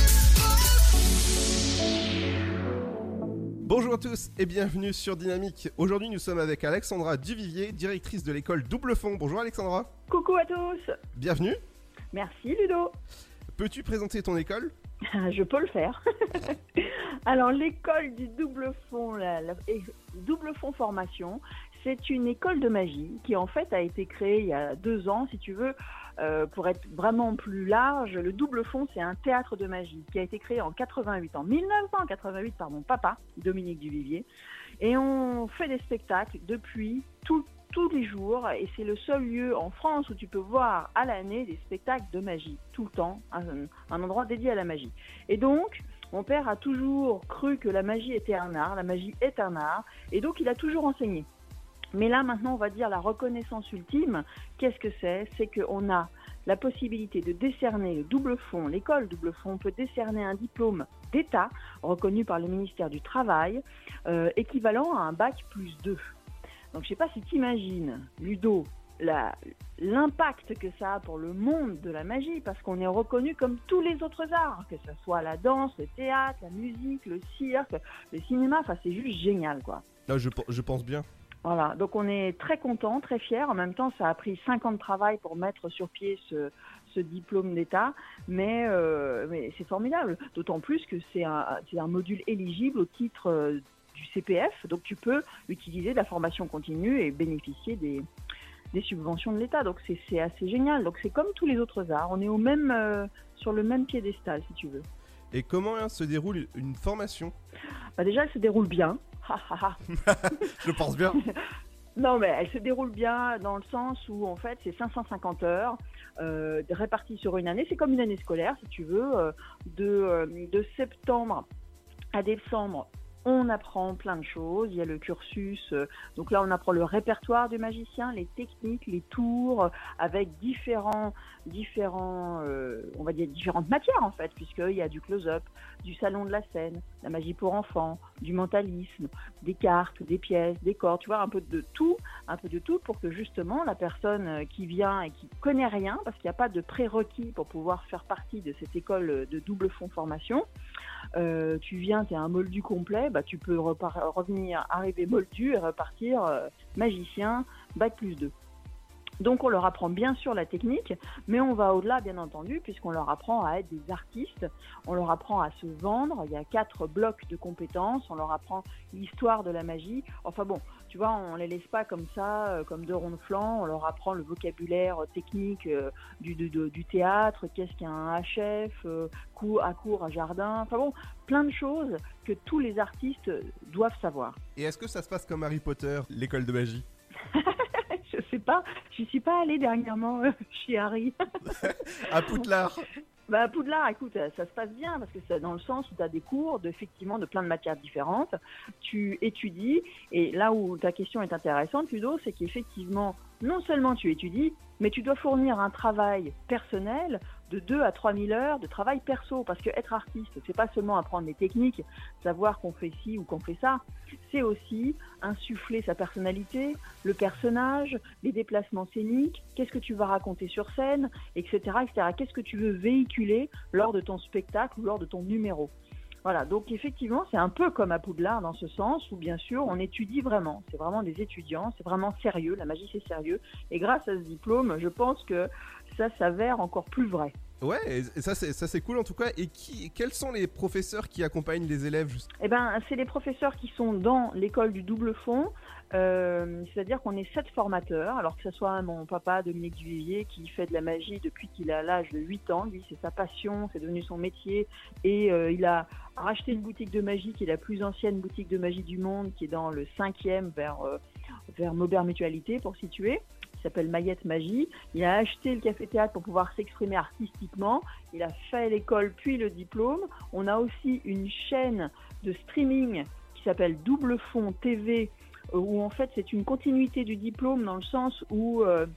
Bonjour à tous et bienvenue sur Dynamique. Aujourd'hui nous sommes avec Alexandra Duvivier, directrice de l'école Double Fond. Bonjour Alexandra. Coucou à tous. Bienvenue. Merci Ludo. Peux-tu présenter ton école? Je peux le faire. Alors l'école du Double Fond, la, la, Double Fond Formation, c'est une école de magie qui en fait a été créée il y a deux ans, si tu veux, euh, pour être vraiment plus large. Le Double Fond, c'est un théâtre de magie qui a été créé en quatre-vingt-huit, en mille neuf cent quatre-vingt-huit par mon papa, Dominique Duvivier. Et on fait des spectacles depuis tout tous les jours et c'est le seul lieu en France où tu peux voir à l'année des spectacles de magie, tout le temps, un, un endroit dédié à la magie. Et donc, mon père a toujours cru que la magie était un art, la magie est un art, et donc il a toujours enseigné. Mais là, maintenant, on va dire la reconnaissance ultime, qu'est-ce que c'est ? C'est qu'on a la possibilité de décerner le double fond, l'école double fond peut décerner un diplôme d'État reconnu par le ministère du Travail, euh, équivalent à un bac plus deux. Donc je ne sais pas si tu imagines, Ludo, la, l'impact que ça a pour le monde de la magie, parce qu'on est reconnu comme tous les autres arts, que ce soit la danse, le théâtre, la musique, le cirque, le cinéma, enfin c'est juste génial, quoi. Là, je, je pense bien. Voilà, donc on est très contents, très fiers. En même temps, ça a pris cinq ans de travail pour mettre sur pied ce, ce diplôme d'État, mais, euh, mais c'est formidable. D'autant plus que c'est un, c'est un module éligible au titre euh, du C P F, donc tu peux utiliser la formation continue et bénéficier des, des subventions de l'État. Donc c'est, c'est assez génial. Donc c'est comme tous les autres arts, on est au même, euh, sur le même piédestal, si tu veux. Et comment hein, se déroule une formation ? Bah déjà, elle se déroule bien. Je pense bien. Non, mais elle se déroule bien dans le sens où, en fait, c'est cinq cent cinquante heures euh, réparties sur une année. C'est comme une année scolaire, si tu veux. Euh, de, euh, de septembre à décembre, on apprend plein de choses. Il y a le cursus. Euh, donc là, on apprend le répertoire du magicien, les techniques, les tours, euh, avec différents, différents euh, on va dire différentes matières, en fait, puisqu'il y a du close-up, du salon de la scène, la magie pour enfants, du mentalisme, des cartes, des pièces, des cordes, tu vois, un peu de tout, un peu de tout pour que justement la personne qui vient et qui connaît rien, parce qu'il n'y a pas de prérequis pour pouvoir faire partie de cette école de double fond formation, euh, tu viens, tu es un moldu complet, bah, tu peux repar- revenir, arriver moldu et repartir euh, magicien, bac plus deux. Donc on leur apprend bien sûr la technique, mais on va au-delà bien entendu, puisqu'on leur apprend à être des artistes, on leur apprend à se vendre, il y a quatre blocs de compétences, on leur apprend l'histoire de la magie, enfin bon, tu vois, on les laisse pas comme ça, euh, comme deux ronds de flanc, on leur apprend le vocabulaire technique euh, du, du, du théâtre, qu'est-ce qu'un H F, euh, cours à cours à jardin, enfin bon, plein de choses que tous les artistes doivent savoir. Et est-ce que ça se passe comme Harry Potter, l'école de magie ? Je sais pas, je suis pas allée dernièrement euh, chez Harry. À Poudlard. Bah à Poudlard, écoute, ça, ça se passe bien parce que c'est dans le sens où tu as des cours de, effectivement de plein de matières différentes. Tu étudies et là où ta question est intéressante, Ludo, c'est qu'effectivement, non seulement tu étudies, mais tu dois fournir un travail personnel de deux à trois mille heures de travail perso, parce que être artiste, c'est pas seulement apprendre les techniques, savoir qu'on fait ci ou qu'on fait ça, c'est aussi insuffler sa personnalité, le personnage, les déplacements scéniques, qu'est-ce que tu vas raconter sur scène, et cetera, et cetera. Qu'est-ce que tu veux véhiculer lors de ton spectacle ou lors de ton numéro. Voilà, donc effectivement, c'est un peu comme à Poudlard dans ce sens où bien sûr, on étudie vraiment. C'est vraiment des étudiants, c'est vraiment sérieux, la magie c'est sérieux. Et grâce à ce diplôme, je pense que ça s'avère encore plus vrai. Ouais, et ça c'est, ça c'est cool en tout cas. Et qui, quels sont les professeurs qui accompagnent les élèves juste... Eh ben, c'est les professeurs qui sont dans l'école du double fond. Euh, c'est-à-dire qu'on est sept formateurs, alors que ce soit mon papa Dominique Duvivier qui fait de la magie depuis qu'il a l'âge de huit ans, lui c'est sa passion, c'est devenu son métier et euh, il a racheté une boutique de magie qui est la plus ancienne boutique de magie du monde, qui est dans le cinquième vers, euh, vers Maubert Mutualité pour situer, qui s'appelle Mayette Magie. Il a acheté le café-théâtre pour pouvoir s'exprimer artistiquement, il a fait l'école puis le diplôme. On a aussi une chaîne de streaming qui s'appelle Double Fond T V, où en fait c'est une continuité du diplôme dans le sens où euh,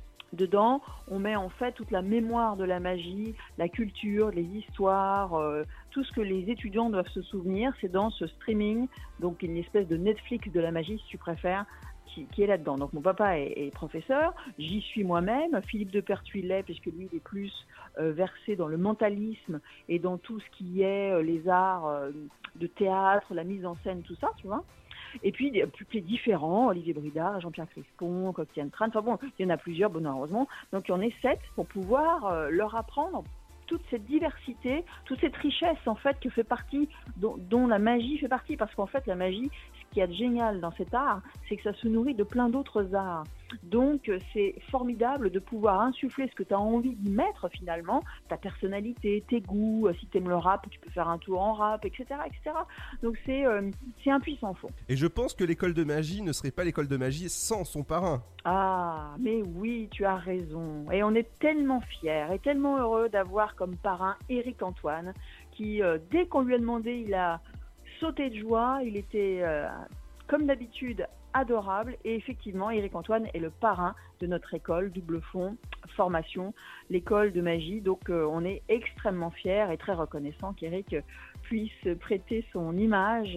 dedans on met en fait toute la mémoire de la magie, la culture, les histoires, euh, tout ce que les étudiants doivent se souvenir, c'est dans ce streaming, donc une espèce de Netflix de la magie si tu préfères, qui, qui est là-dedans. Donc mon papa est, est professeur, j'y suis moi-même, Philippe de Pertuilet, puisque lui il est plus euh, versé dans le mentalisme et dans tout ce qui est euh, les arts euh, de théâtre, la mise en scène, tout ça, tu vois. Et puis, les différents, Olivier Bridard, Jean-Pierre Crispon, Coquetienne Tran, enfin bon, il y en a plusieurs, bon, heureusement. Donc, il y en a sept pour pouvoir euh, leur apprendre toute cette diversité, toute cette richesse, en fait, que fait partie, dont, dont la magie fait partie. Parce qu'en fait, la magie, qu'il y a de génial dans cet art, c'est que ça se nourrit de plein d'autres arts. Donc, c'est formidable de pouvoir insuffler ce que tu as envie d'y mettre finalement, ta personnalité, tes goûts. Si tu aimes le rap, tu peux faire un tour en rap, et cetera, et cetera. Donc, c'est, euh, c'est un puissant fond. Et je pense que l'école de magie ne serait pas l'école de magie sans son parrain. Ah, mais oui, tu as raison. Et on est tellement fiers et tellement heureux d'avoir comme parrain Éric Antoine, qui, euh, dès qu'on lui a demandé, il a sauté de joie. Il était, euh, comme d'habitude, adorable. Et effectivement, Éric Antoine est le parrain de notre école Double Fond Formation, l'école de magie. Donc, euh, on est extrêmement fiers et très reconnaissants qu'Éric puisse prêter son image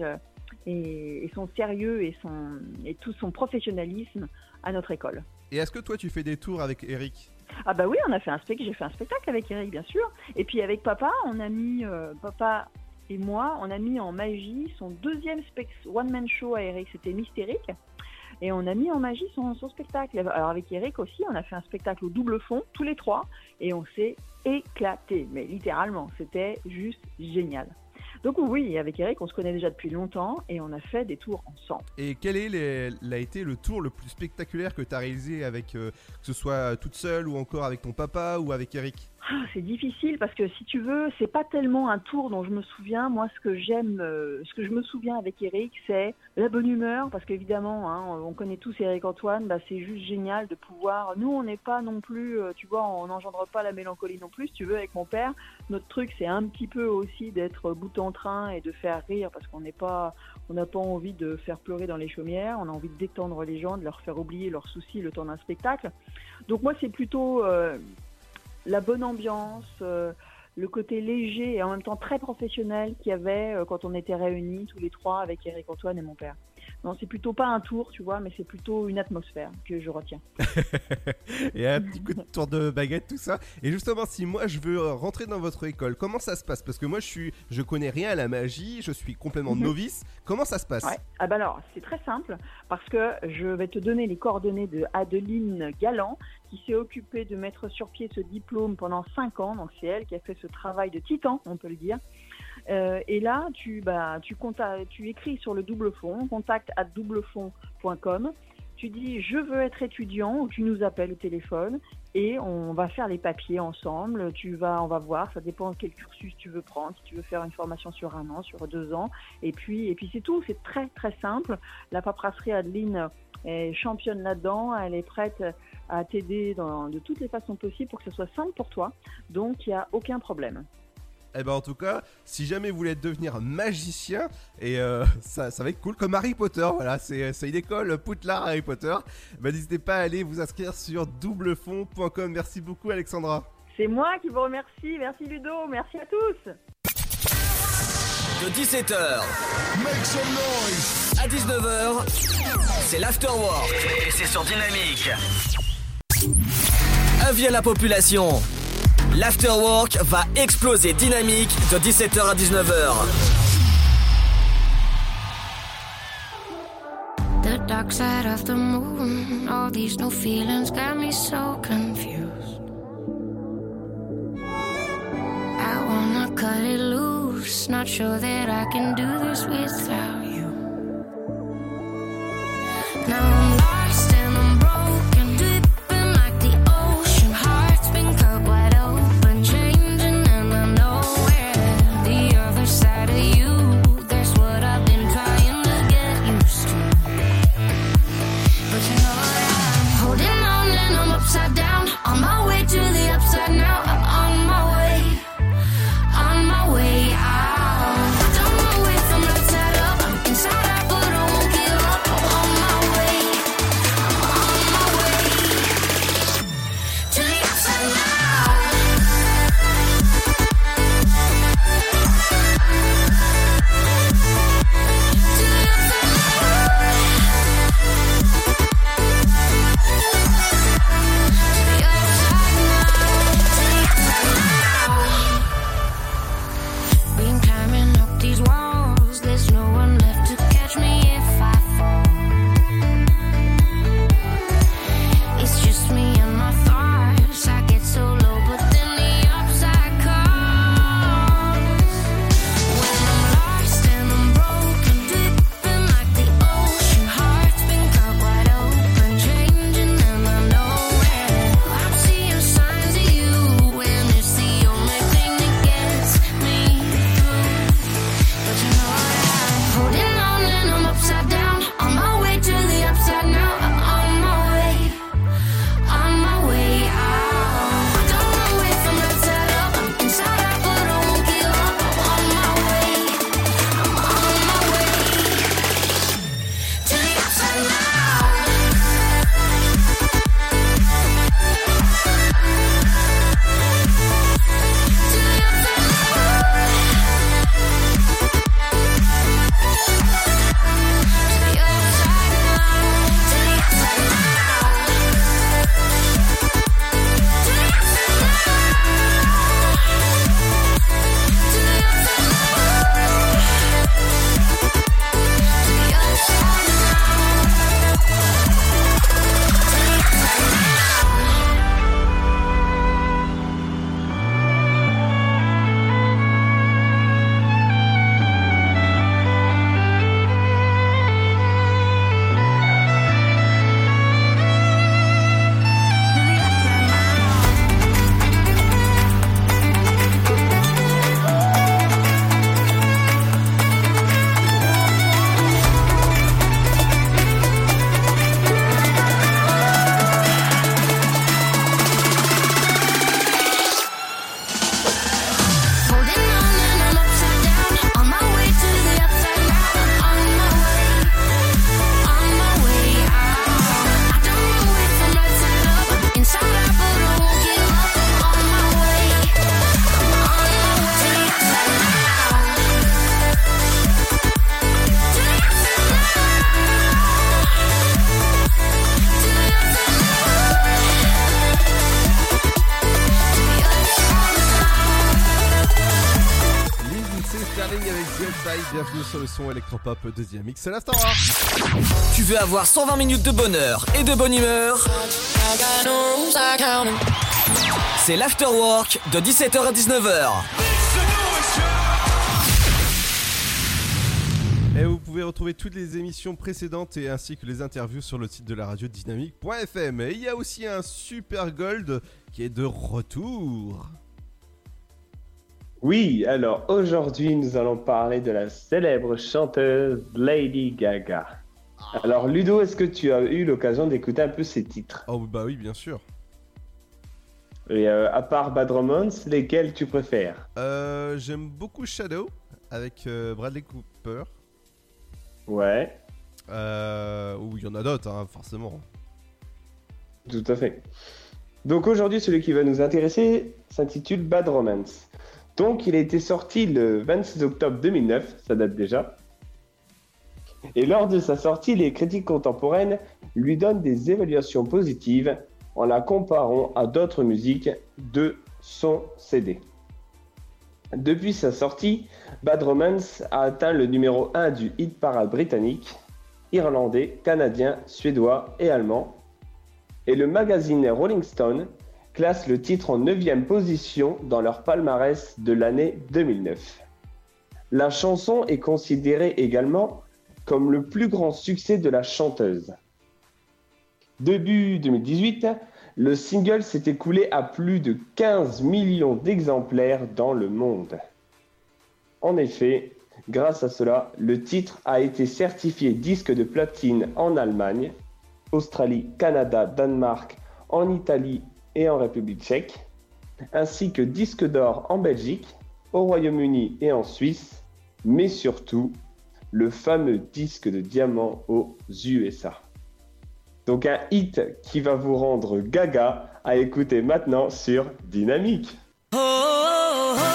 et, et son sérieux et, son, et tout son professionnalisme à notre école. Et est-ce que toi, tu fais des tours avec Éric ? Ah bah oui, on a fait un spectacle. J'ai fait un spectacle avec Éric, bien sûr. Et puis avec papa, on a mis euh, papa et moi, on a mis en magie son deuxième spec- one-man show à Éric. C'était Mystérique. Et on a mis en magie son, son spectacle. Alors avec Éric aussi, on a fait un spectacle au double fond, tous les trois. Et on s'est éclaté. Mais littéralement, c'était juste génial. Donc oui, avec Éric, on se connaît déjà depuis longtemps et on a fait des tours ensemble. Et quel est les, l'a été le tour le plus spectaculaire que tu as réalisé avec, euh, que ce soit toute seule ou encore avec ton papa ou avec Éric ? Ah, c'est difficile parce que si tu veux, c'est pas tellement un tour dont je me souviens. Moi, ce que j'aime, euh, ce que je me souviens avec Éric, c'est la bonne humeur, parce qu'évidemment, hein, on connaît tous Éric Antoine. Bah, c'est juste génial de pouvoir. Nous, on n'est pas non plus, euh, tu vois, on n'engendre pas la mélancolie non plus. Si tu veux, avec mon père, notre truc, c'est un petit peu aussi d'être bout en train et de faire rire, parce qu'on n'est pas, on n'a pas envie de faire pleurer dans les chaumières. On a envie de détendre les gens, de leur faire oublier leurs soucis le temps d'un spectacle. Donc moi, c'est plutôt euh, la bonne ambiance, euh, le côté léger et en même temps très professionnel qu'il y avait euh, quand on était réunis tous les trois avec Éric Antoine et mon père. Non, c'est plutôt pas un tour, tu vois, mais c'est plutôt une atmosphère que je retiens. Et un petit coup de tour de baguette, tout ça. Et justement, si moi je veux rentrer dans votre école, comment ça se passe ? Parce que moi je suis, je connais rien à la magie, je suis complètement mm-hmm. novice. Comment ça se passe ? Ouais. Ah ben alors, c'est très simple, parce que je vais te donner les coordonnées de Adeline Galland, qui s'est occupée de mettre sur pied ce diplôme pendant cinq ans. Donc c'est elle qui a fait ce travail de titan, on peut le dire. Euh, et là, tu, bah, tu, contactes, tu écris sur le double fond, contact à doublefond point com. Tu dis je veux être étudiant, ou tu nous appelles au téléphone et on va faire les papiers ensemble. Tu vas, on va voir, ça dépend de quel cursus tu veux prendre. Si tu veux faire une formation sur un an, sur deux ans, et puis, et puis c'est tout. C'est très très simple. La paperasserie Adeline est championne là-dedans. Elle est prête à t'aider dans, de toutes les façons possibles pour que ce soit simple pour toi. Donc il n'y a aucun problème. Eh ben en tout cas, si jamais vous voulez devenir magicien, et euh, ça, ça va être cool, comme Harry Potter, voilà, c'est, c'est une école Poudlard Harry Potter, ben n'hésitez pas à aller vous inscrire sur doublefond point com. Merci beaucoup Alexandra. C'est moi qui vous remercie, merci Ludo, merci à tous. De dix-sept heures Make some noise. À dix-neuf heures, c'est l'Afterwork et c'est sur Dynamique. Avis à la population, l'Afterwork va exploser Dynamique de dix-sept heures à dix-neuf heures. The dark side of the moon, all these new feelings got me so confused. I wanna cut it loose, not sure that I can do this without you. Now I'm lost and I'm broken, dripping like the ocean, heart's been cut wide open, changing and I know where the other side of you, that's what I've been trying to get used to. But you know I'm holding on and I'm upside down, on my way to the upside now, I'm on my way, on my way out. Don't know if I'm right side up, I'm Inside, bienvenue sur le son électropop deuxième mix, c'est l'Afterwork. Tu veux avoir cent vingt minutes de bonheur et de bonne humeur? C'est l'Afterwork de dix-sept heures à dix-neuf heures. Et vous pouvez retrouver toutes les émissions précédentes et ainsi que les interviews sur le site de la radio dynamique point f m. Et il y a aussi un Super Gold qui est de retour. Oui, alors aujourd'hui nous allons parler de la célèbre chanteuse Lady Gaga. Alors Ludo, est-ce que tu as eu l'occasion d'écouter un peu ses titres? Oh bah oui, bien sûr. Et euh, à part Bad Romance, lesquels tu préfères? euh, J'aime beaucoup Shadow avec euh, Bradley Cooper. Ouais. Euh, ou il y en a d'autres, hein, forcément. Tout à fait. Donc aujourd'hui, celui qui va nous intéresser s'intitule Bad Romance. Donc, il a été sorti le vingt-six octobre deux mille neuf, ça date déjà. Et lors de sa sortie, les critiques contemporaines lui donnent des évaluations positives en la comparant à d'autres musiques de son C D. Depuis sa sortie, Bad Romance a atteint le numéro un du hit parade britannique, irlandais, canadien, suédois et allemand. Et le magazine Rolling Stone classe le titre en neuvième position dans leur palmarès de l'année deux mille neuf. La chanson est considérée également comme le plus grand succès de la chanteuse. Début deux mille dix-huit, le single s'est écoulé à plus de quinze millions d'exemplaires dans le monde. En effet, grâce à cela, le titre a été certifié disque de platine en Allemagne, Australie, Canada, Danemark, en Italie et en République tchèque, ainsi que disque d'or en Belgique, au Royaume-Uni et en Suisse, mais surtout le fameux disque de diamant aux U S A. Donc un hit qui va vous rendre gaga à écouter maintenant sur Dynamique. Oh, oh, oh.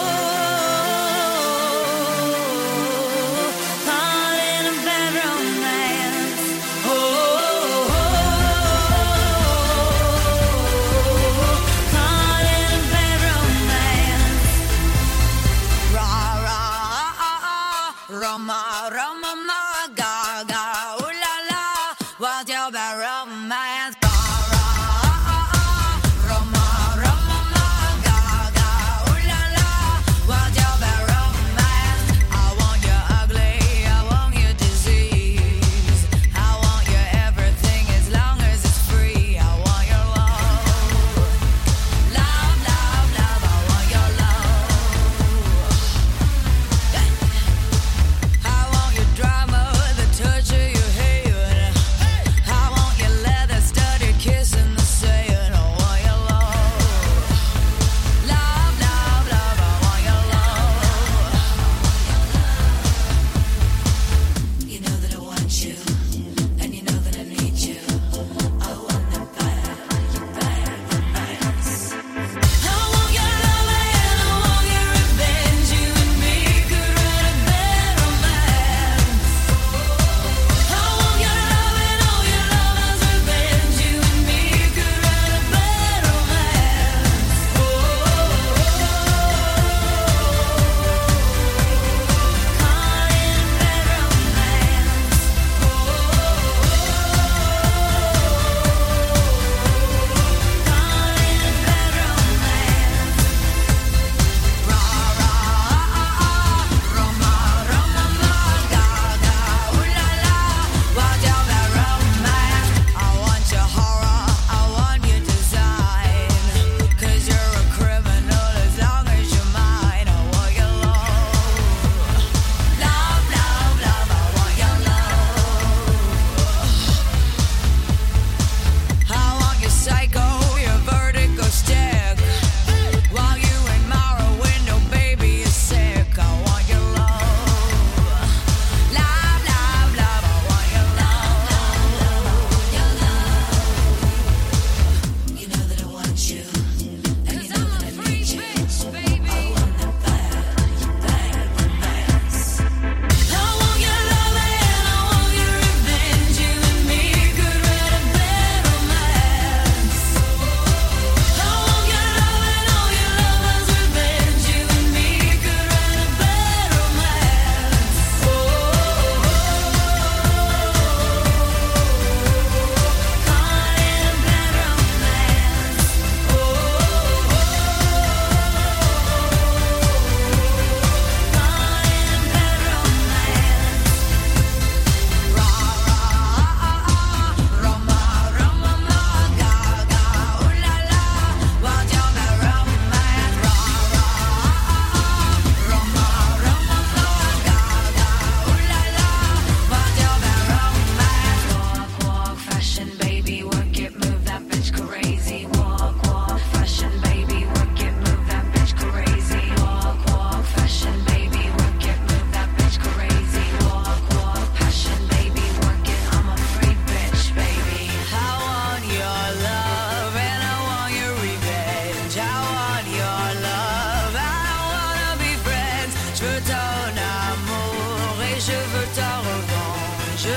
Romance,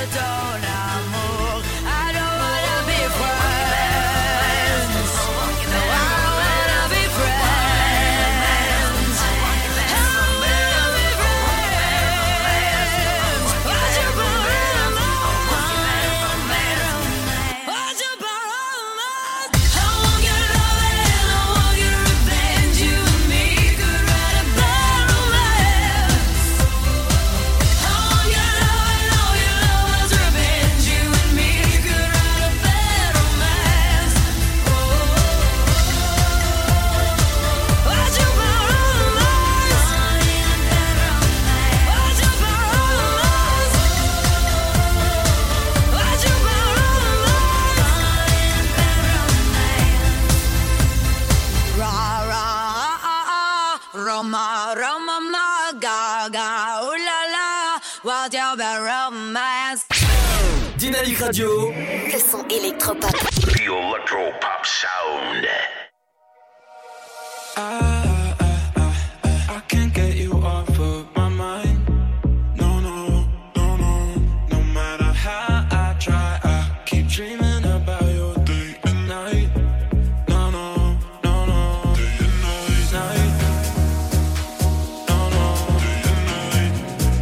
ton amour. I don't wanna be friends. No, I don't wanna be friends. I don't wanna be friends. Why'd you borrow mine? Why'd you borrow mine? I won't get over it, I won't get revenge. You and me could write a bad romance. I won't get over it, all your love was revenge. You and me could write a bad romance. Why'd you borrow mine? Why'd you borrow mine? Why'd you borrow mine? Ra ra ah ah Roma Roma ma ga ga ooh la la what's your bad romance? Dynamique Radio. Le son électropop. The electropop sound. I, I, I, I can't get you off of my mind. No, no, no, no. No matter how I try, I keep dreaming about your day and night. No, no, no, no. Day and night, night. No, no. Day and night.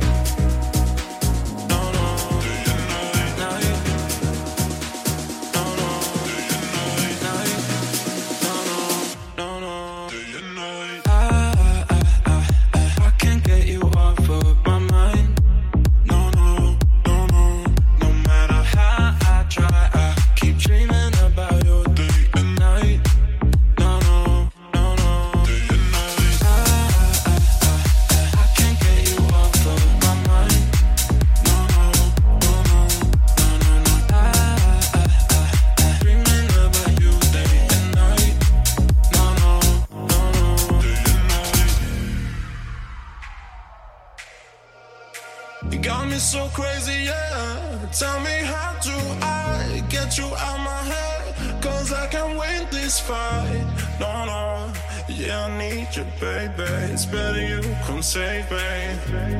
No, no. Day and night, night. No, no. Day and night, night. No, no, no, no. Day and night. I, I, I, I, I can't get you off of my mind. No, no, no, no. No matter how I try, I keep dreaming about your day and night. No, no, no, no. Day and night. I, I, I, I can't get you off of my mind. No, no, no, no, no, no, no. I, I, I, I dreaming about you day and night. No, no, no, no. Day and night. You got me so crazy, yeah. Tell me how do I get you out my head? Cause I can't win this fight. No, no. Yeah, I need you, baby. It's better you come save me.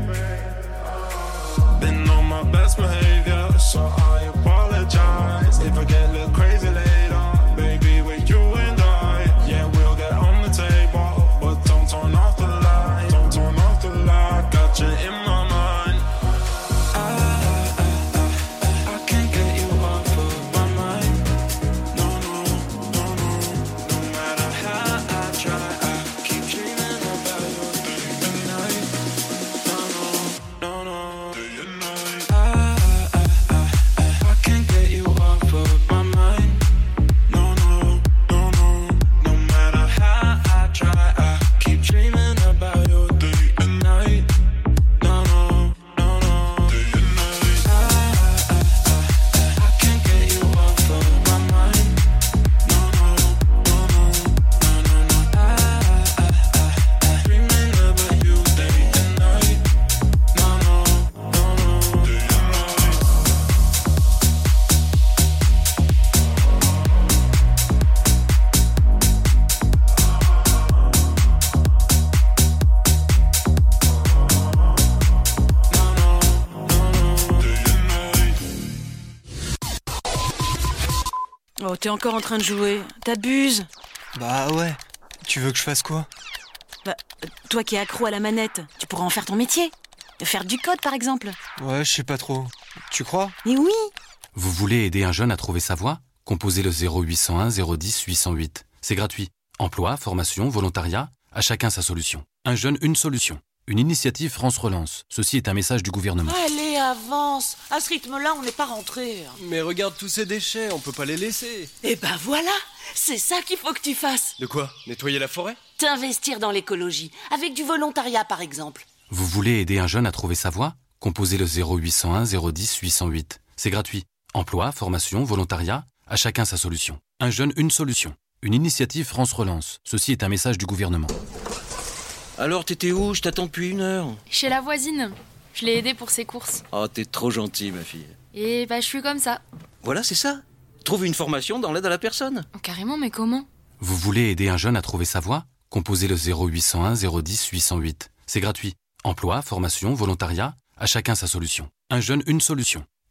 Been on my best behavior, so I apologize. If I get a little crazy later, baby, with you and I, yeah, we'll get on the table. But don't turn off the light. Don't turn off the light. Got you in my mind. I, I, I, I can't get you off of my mind. No, no, no, no. No matter how I try, I keep dreaming about your day and night. No, no, no, no. Day and night. I, I, I, I, I can't get you off of my mind. No, no, no, no. No matter how I try, I keep dreaming about your day and night. No, no, no, no. Day and night. I, I, I, I can't get you off of my mind. No, no, no, no, no, no, no. I, I, I, I dreaming about you day and night. No, no, no, no. Day and night. Oh, t'es encore en train de jouer. T'abuses. Bah ouais. Tu veux que je fasse quoi? Bah, euh, toi qui es accro à la manette, tu pourrais en faire ton métier. Faire du code, par exemple. Ouais, je sais pas trop. Tu crois? Mais oui. Vous voulez aider un jeune à trouver sa voie? Composez le zéro huit cent un zéro dix huit cent huit. C'est gratuit. Emploi, formation, volontariat, à chacun sa solution. Un jeune, une solution. Une initiative France Relance. Ceci est un message du gouvernement. Allez, avance. À ce rythme-là, on n'est pas rentré. Mais regarde tous ces déchets, on peut pas les laisser. Eh ben voilà, c'est ça qu'il faut que tu fasses. De quoi? Nettoyer la forêt? T'investir dans l'écologie, avec du volontariat par exemple. Vous voulez aider un jeune à trouver sa voie? Composez le zéro huit cent un zéro dix huit cent huit. C'est gratuit. Emploi, formation, volontariat, à chacun sa solution. Un jeune, une solution. Une initiative France Relance. Ceci est un message du gouvernement. Alors, t'étais où? Je t'attends depuis une heure. Chez la voisine. Je l'ai aidée pour ses courses. Oh, t'es trop gentille, ma fille. Et bah, je suis comme ça. Voilà, c'est ça. Trouve une formation dans l'aide à la personne. Oh, carrément, mais comment? Vous voulez aider un jeune à trouver sa voie? Composez le zéro huit cent un zéro dix huit cent huit. C'est gratuit. Emploi, formation, volontariat, à chacun sa solution. Un jeune, une solution.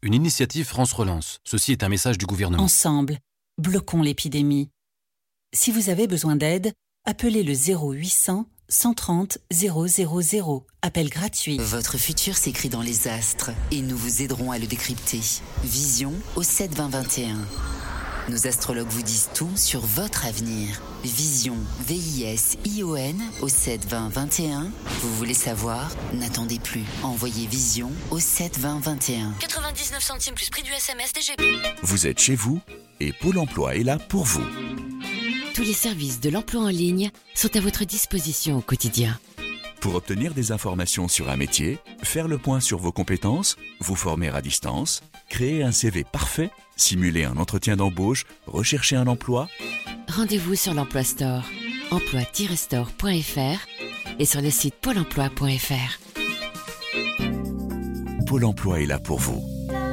une initiative France Relance. Ceci est un message du gouvernement. Ensemble, bloquons l'épidémie. Si vous avez besoin d'aide, appelez le zéro huit cents cent trente zéro zéro zéro. Appel gratuit. Votre futur s'écrit dans les astres et nous vous aiderons à le décrypter. Vision au sept vingt vingt et un. Nos astrologues vous disent tout sur votre avenir. Vision, V I S I O N au sept vingt vingt et un. Vous voulez savoir? N'attendez plus. Envoyez Vision au sept vingt vingt et un. quatre-vingt-dix-neuf centimes plus prix du S M S D G P. Vous êtes chez vous et Pôle emploi est là pour vous. Tous les services de l'emploi en ligne sont à votre disposition au quotidien. Pour obtenir des informations sur un métier, faire le point sur vos compétences, vous former à distance, créer un C V parfait, simuler un entretien d'embauche, rechercher un emploi. Rendez-vous sur l'Emploi Store, emploi tiret store point f r et sur le site pôle emploi point f r. Pôle emploi est là pour vous.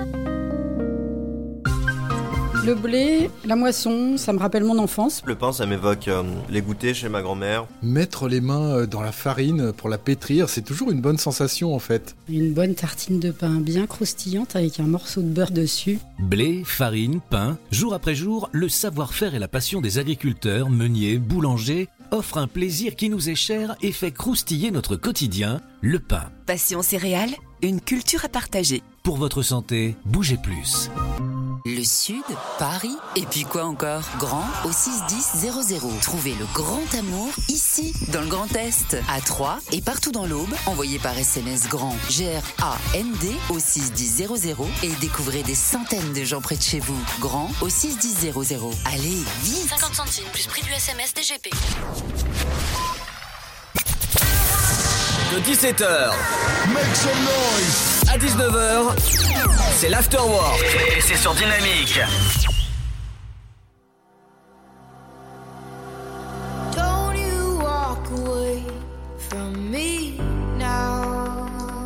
Le blé, la moisson, ça me rappelle mon enfance. Le pain, ça m'évoque euh, les goûters chez ma grand-mère. Mettre les mains dans la farine pour la pétrir, c'est toujours une bonne sensation en fait. Une bonne tartine de pain bien croustillante avec un morceau de beurre dessus. Blé, farine, pain, jour après jour, le savoir-faire et la passion des agriculteurs, meuniers, boulangers offrent un plaisir qui nous est cher et fait croustiller notre quotidien, le pain. Passion céréales, une culture à partager. Pour votre santé, bougez plus. Le Sud, Paris, et puis quoi encore? Grand au six dix zéro zéro. Trouvez le grand amour ici, dans le Grand Est, à Troyes et partout dans l'Aube. Envoyez par S M S grand G R A N D au six dix zéro zéro et découvrez des centaines de gens près de chez vous. Grand au six dix zéro zéro. Allez, vite! cinquante centimes plus prix du S M S D G P. De dix-sept heures Make some noise. À dix-neuf heures, c'est l'Afterwork et c'est sur Dynamique. Don't you walk away from me now.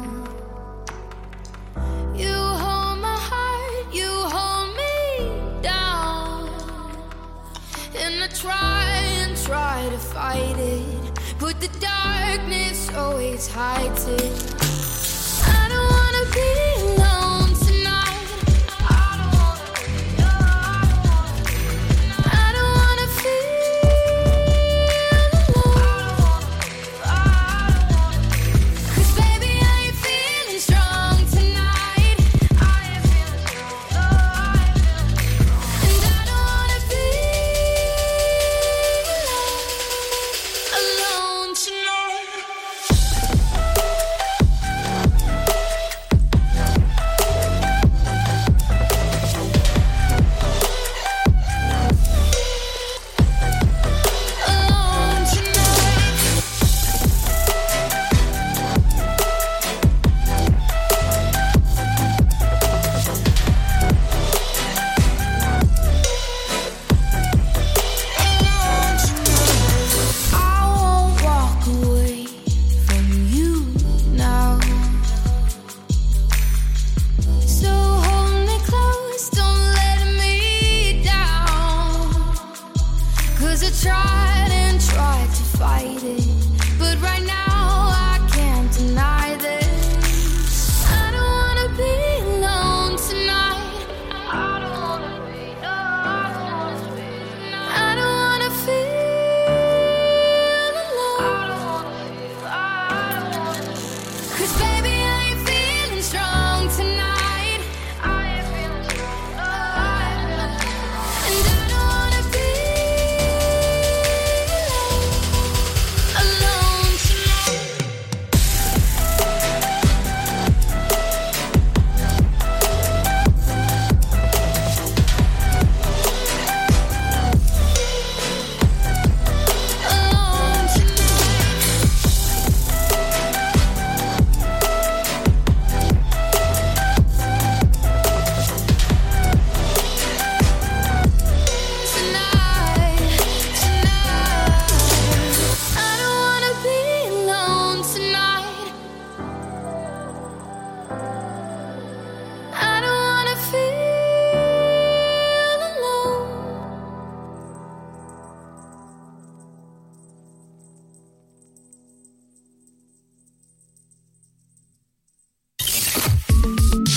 You hold my heart, you hold me down. And I try and try to fight it, but the darkness always hides it. I don't wanna be alone tonight. I don't wanna be alone. I don't wanna feel alone. I don't wanna. 'Cause baby, I ain't feeling strong tonight. I ain't feeling strong. And I don't wanna be alone tonight.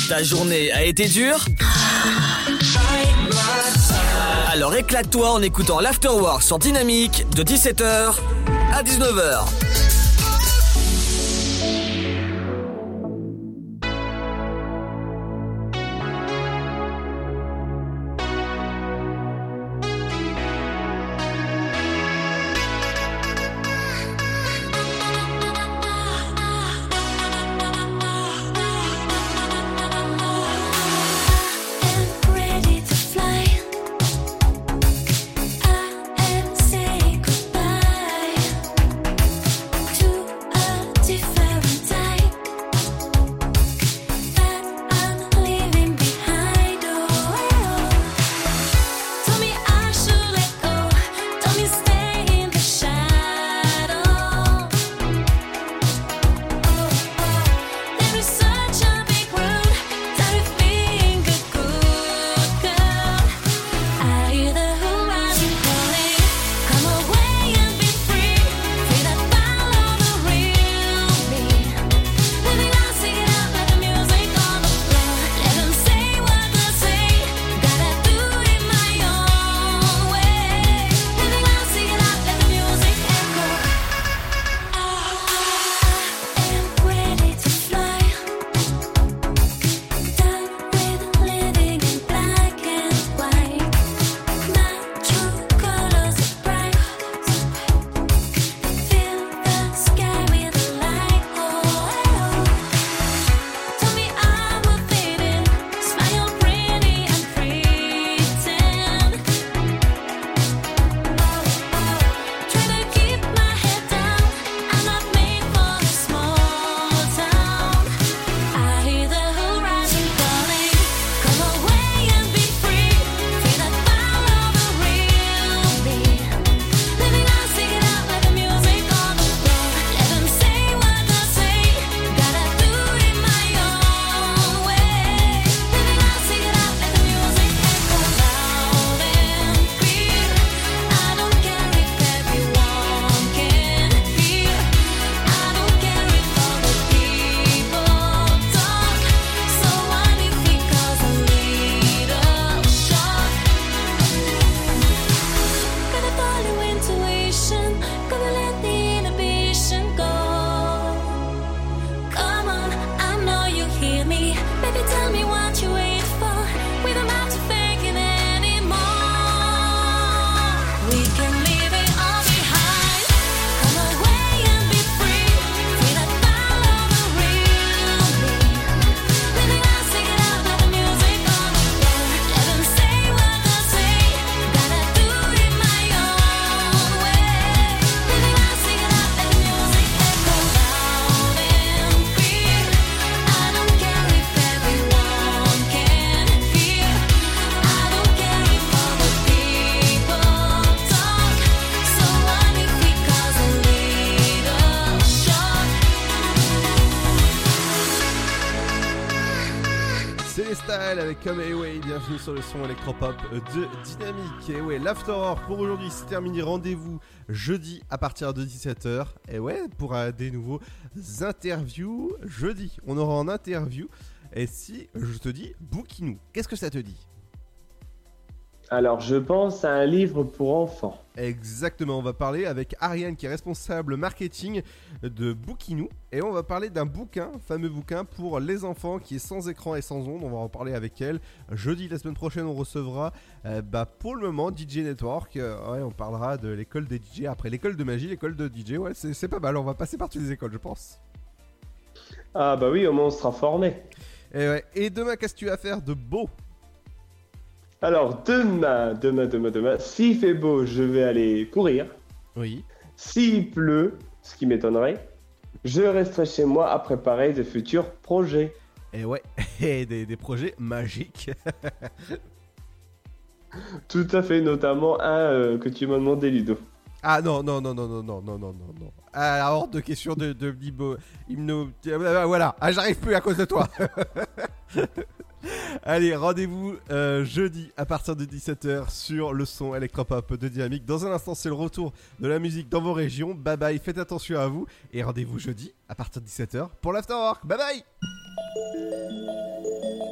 Ta journée a été dure ? Alors éclate-toi en écoutant l'Afterwork sur Dynamique de dix-sept heures à dix-neuf heures. Avec Come Away, bienvenue sur le son électropop de Dynamique. Et ouais, l'Afterwork pour aujourd'hui c'est terminé. Rendez-vous jeudi à partir de dix-sept heures. Et ouais, pour euh, des nouveaux interviews. Jeudi, on aura en interview. Et si je te dis Bouquinou, qu'est-ce que ça te dit ? Alors, je pense à un livre pour enfants. Exactement, on va parler avec Ariane qui est responsable marketing de Bouquinou. Et on va parler d'un bouquin, fameux bouquin pour les enfants qui est sans écran et sans ondes. On va en parler avec elle. Jeudi, la semaine prochaine, on recevra euh, bah, pour le moment D J Network. Euh, ouais, on parlera de l'école des D J. Après l'école de magie, l'école de D J. Ouais, c'est, c'est pas mal, on va passer par toutes les écoles, je pense. Ah bah oui, au moins on sera formé. Et, ouais. Et demain, qu'est-ce que tu vas faire de beau ? Alors demain, demain, demain, demain, s'il fait beau, je vais aller courir. Oui. S'il pleut, ce qui m'étonnerait, je resterai chez moi à préparer de futurs projets. Et ouais, et des, des projets magiques. Tout à fait, notamment un euh, que tu m'as demandé, Ludo. Ah non, non, non, non, non, non, non, non, non, non. Ah, hors de question de, de, de hymno, hymno, voilà, ah, j'arrive plus à cause de toi. Allez, rendez-vous euh, jeudi à partir de dix-sept heures sur le son électropop de Dynamique. Dans un instant, c'est le retour de la musique dans vos régions. Bye bye, faites attention à vous. Et rendez-vous jeudi à partir de dix-sept heures pour l'Afterwork. Bye bye.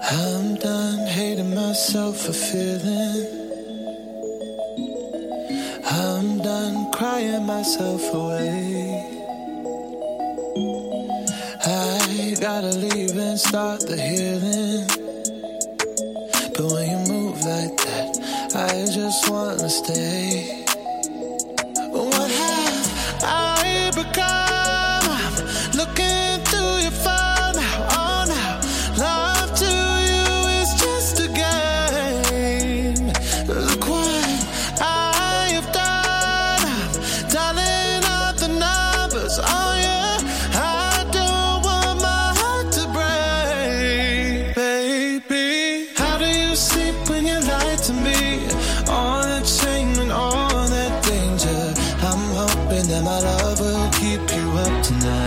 I'm done hating myself for feeling. I'm done crying myself away. I gotta leave and start the healing. But when you move like that, I just wanna stay. What have I become? I'm looking through your phone now, oh now. Love to you is just a game. Look what I have done. I'm dialing out the numbers, oh yeah. I don't want my heart to break, baby. How do you sleep when you lie to me? All that shame and all that danger. I'm hoping that my love will keep you up tonight.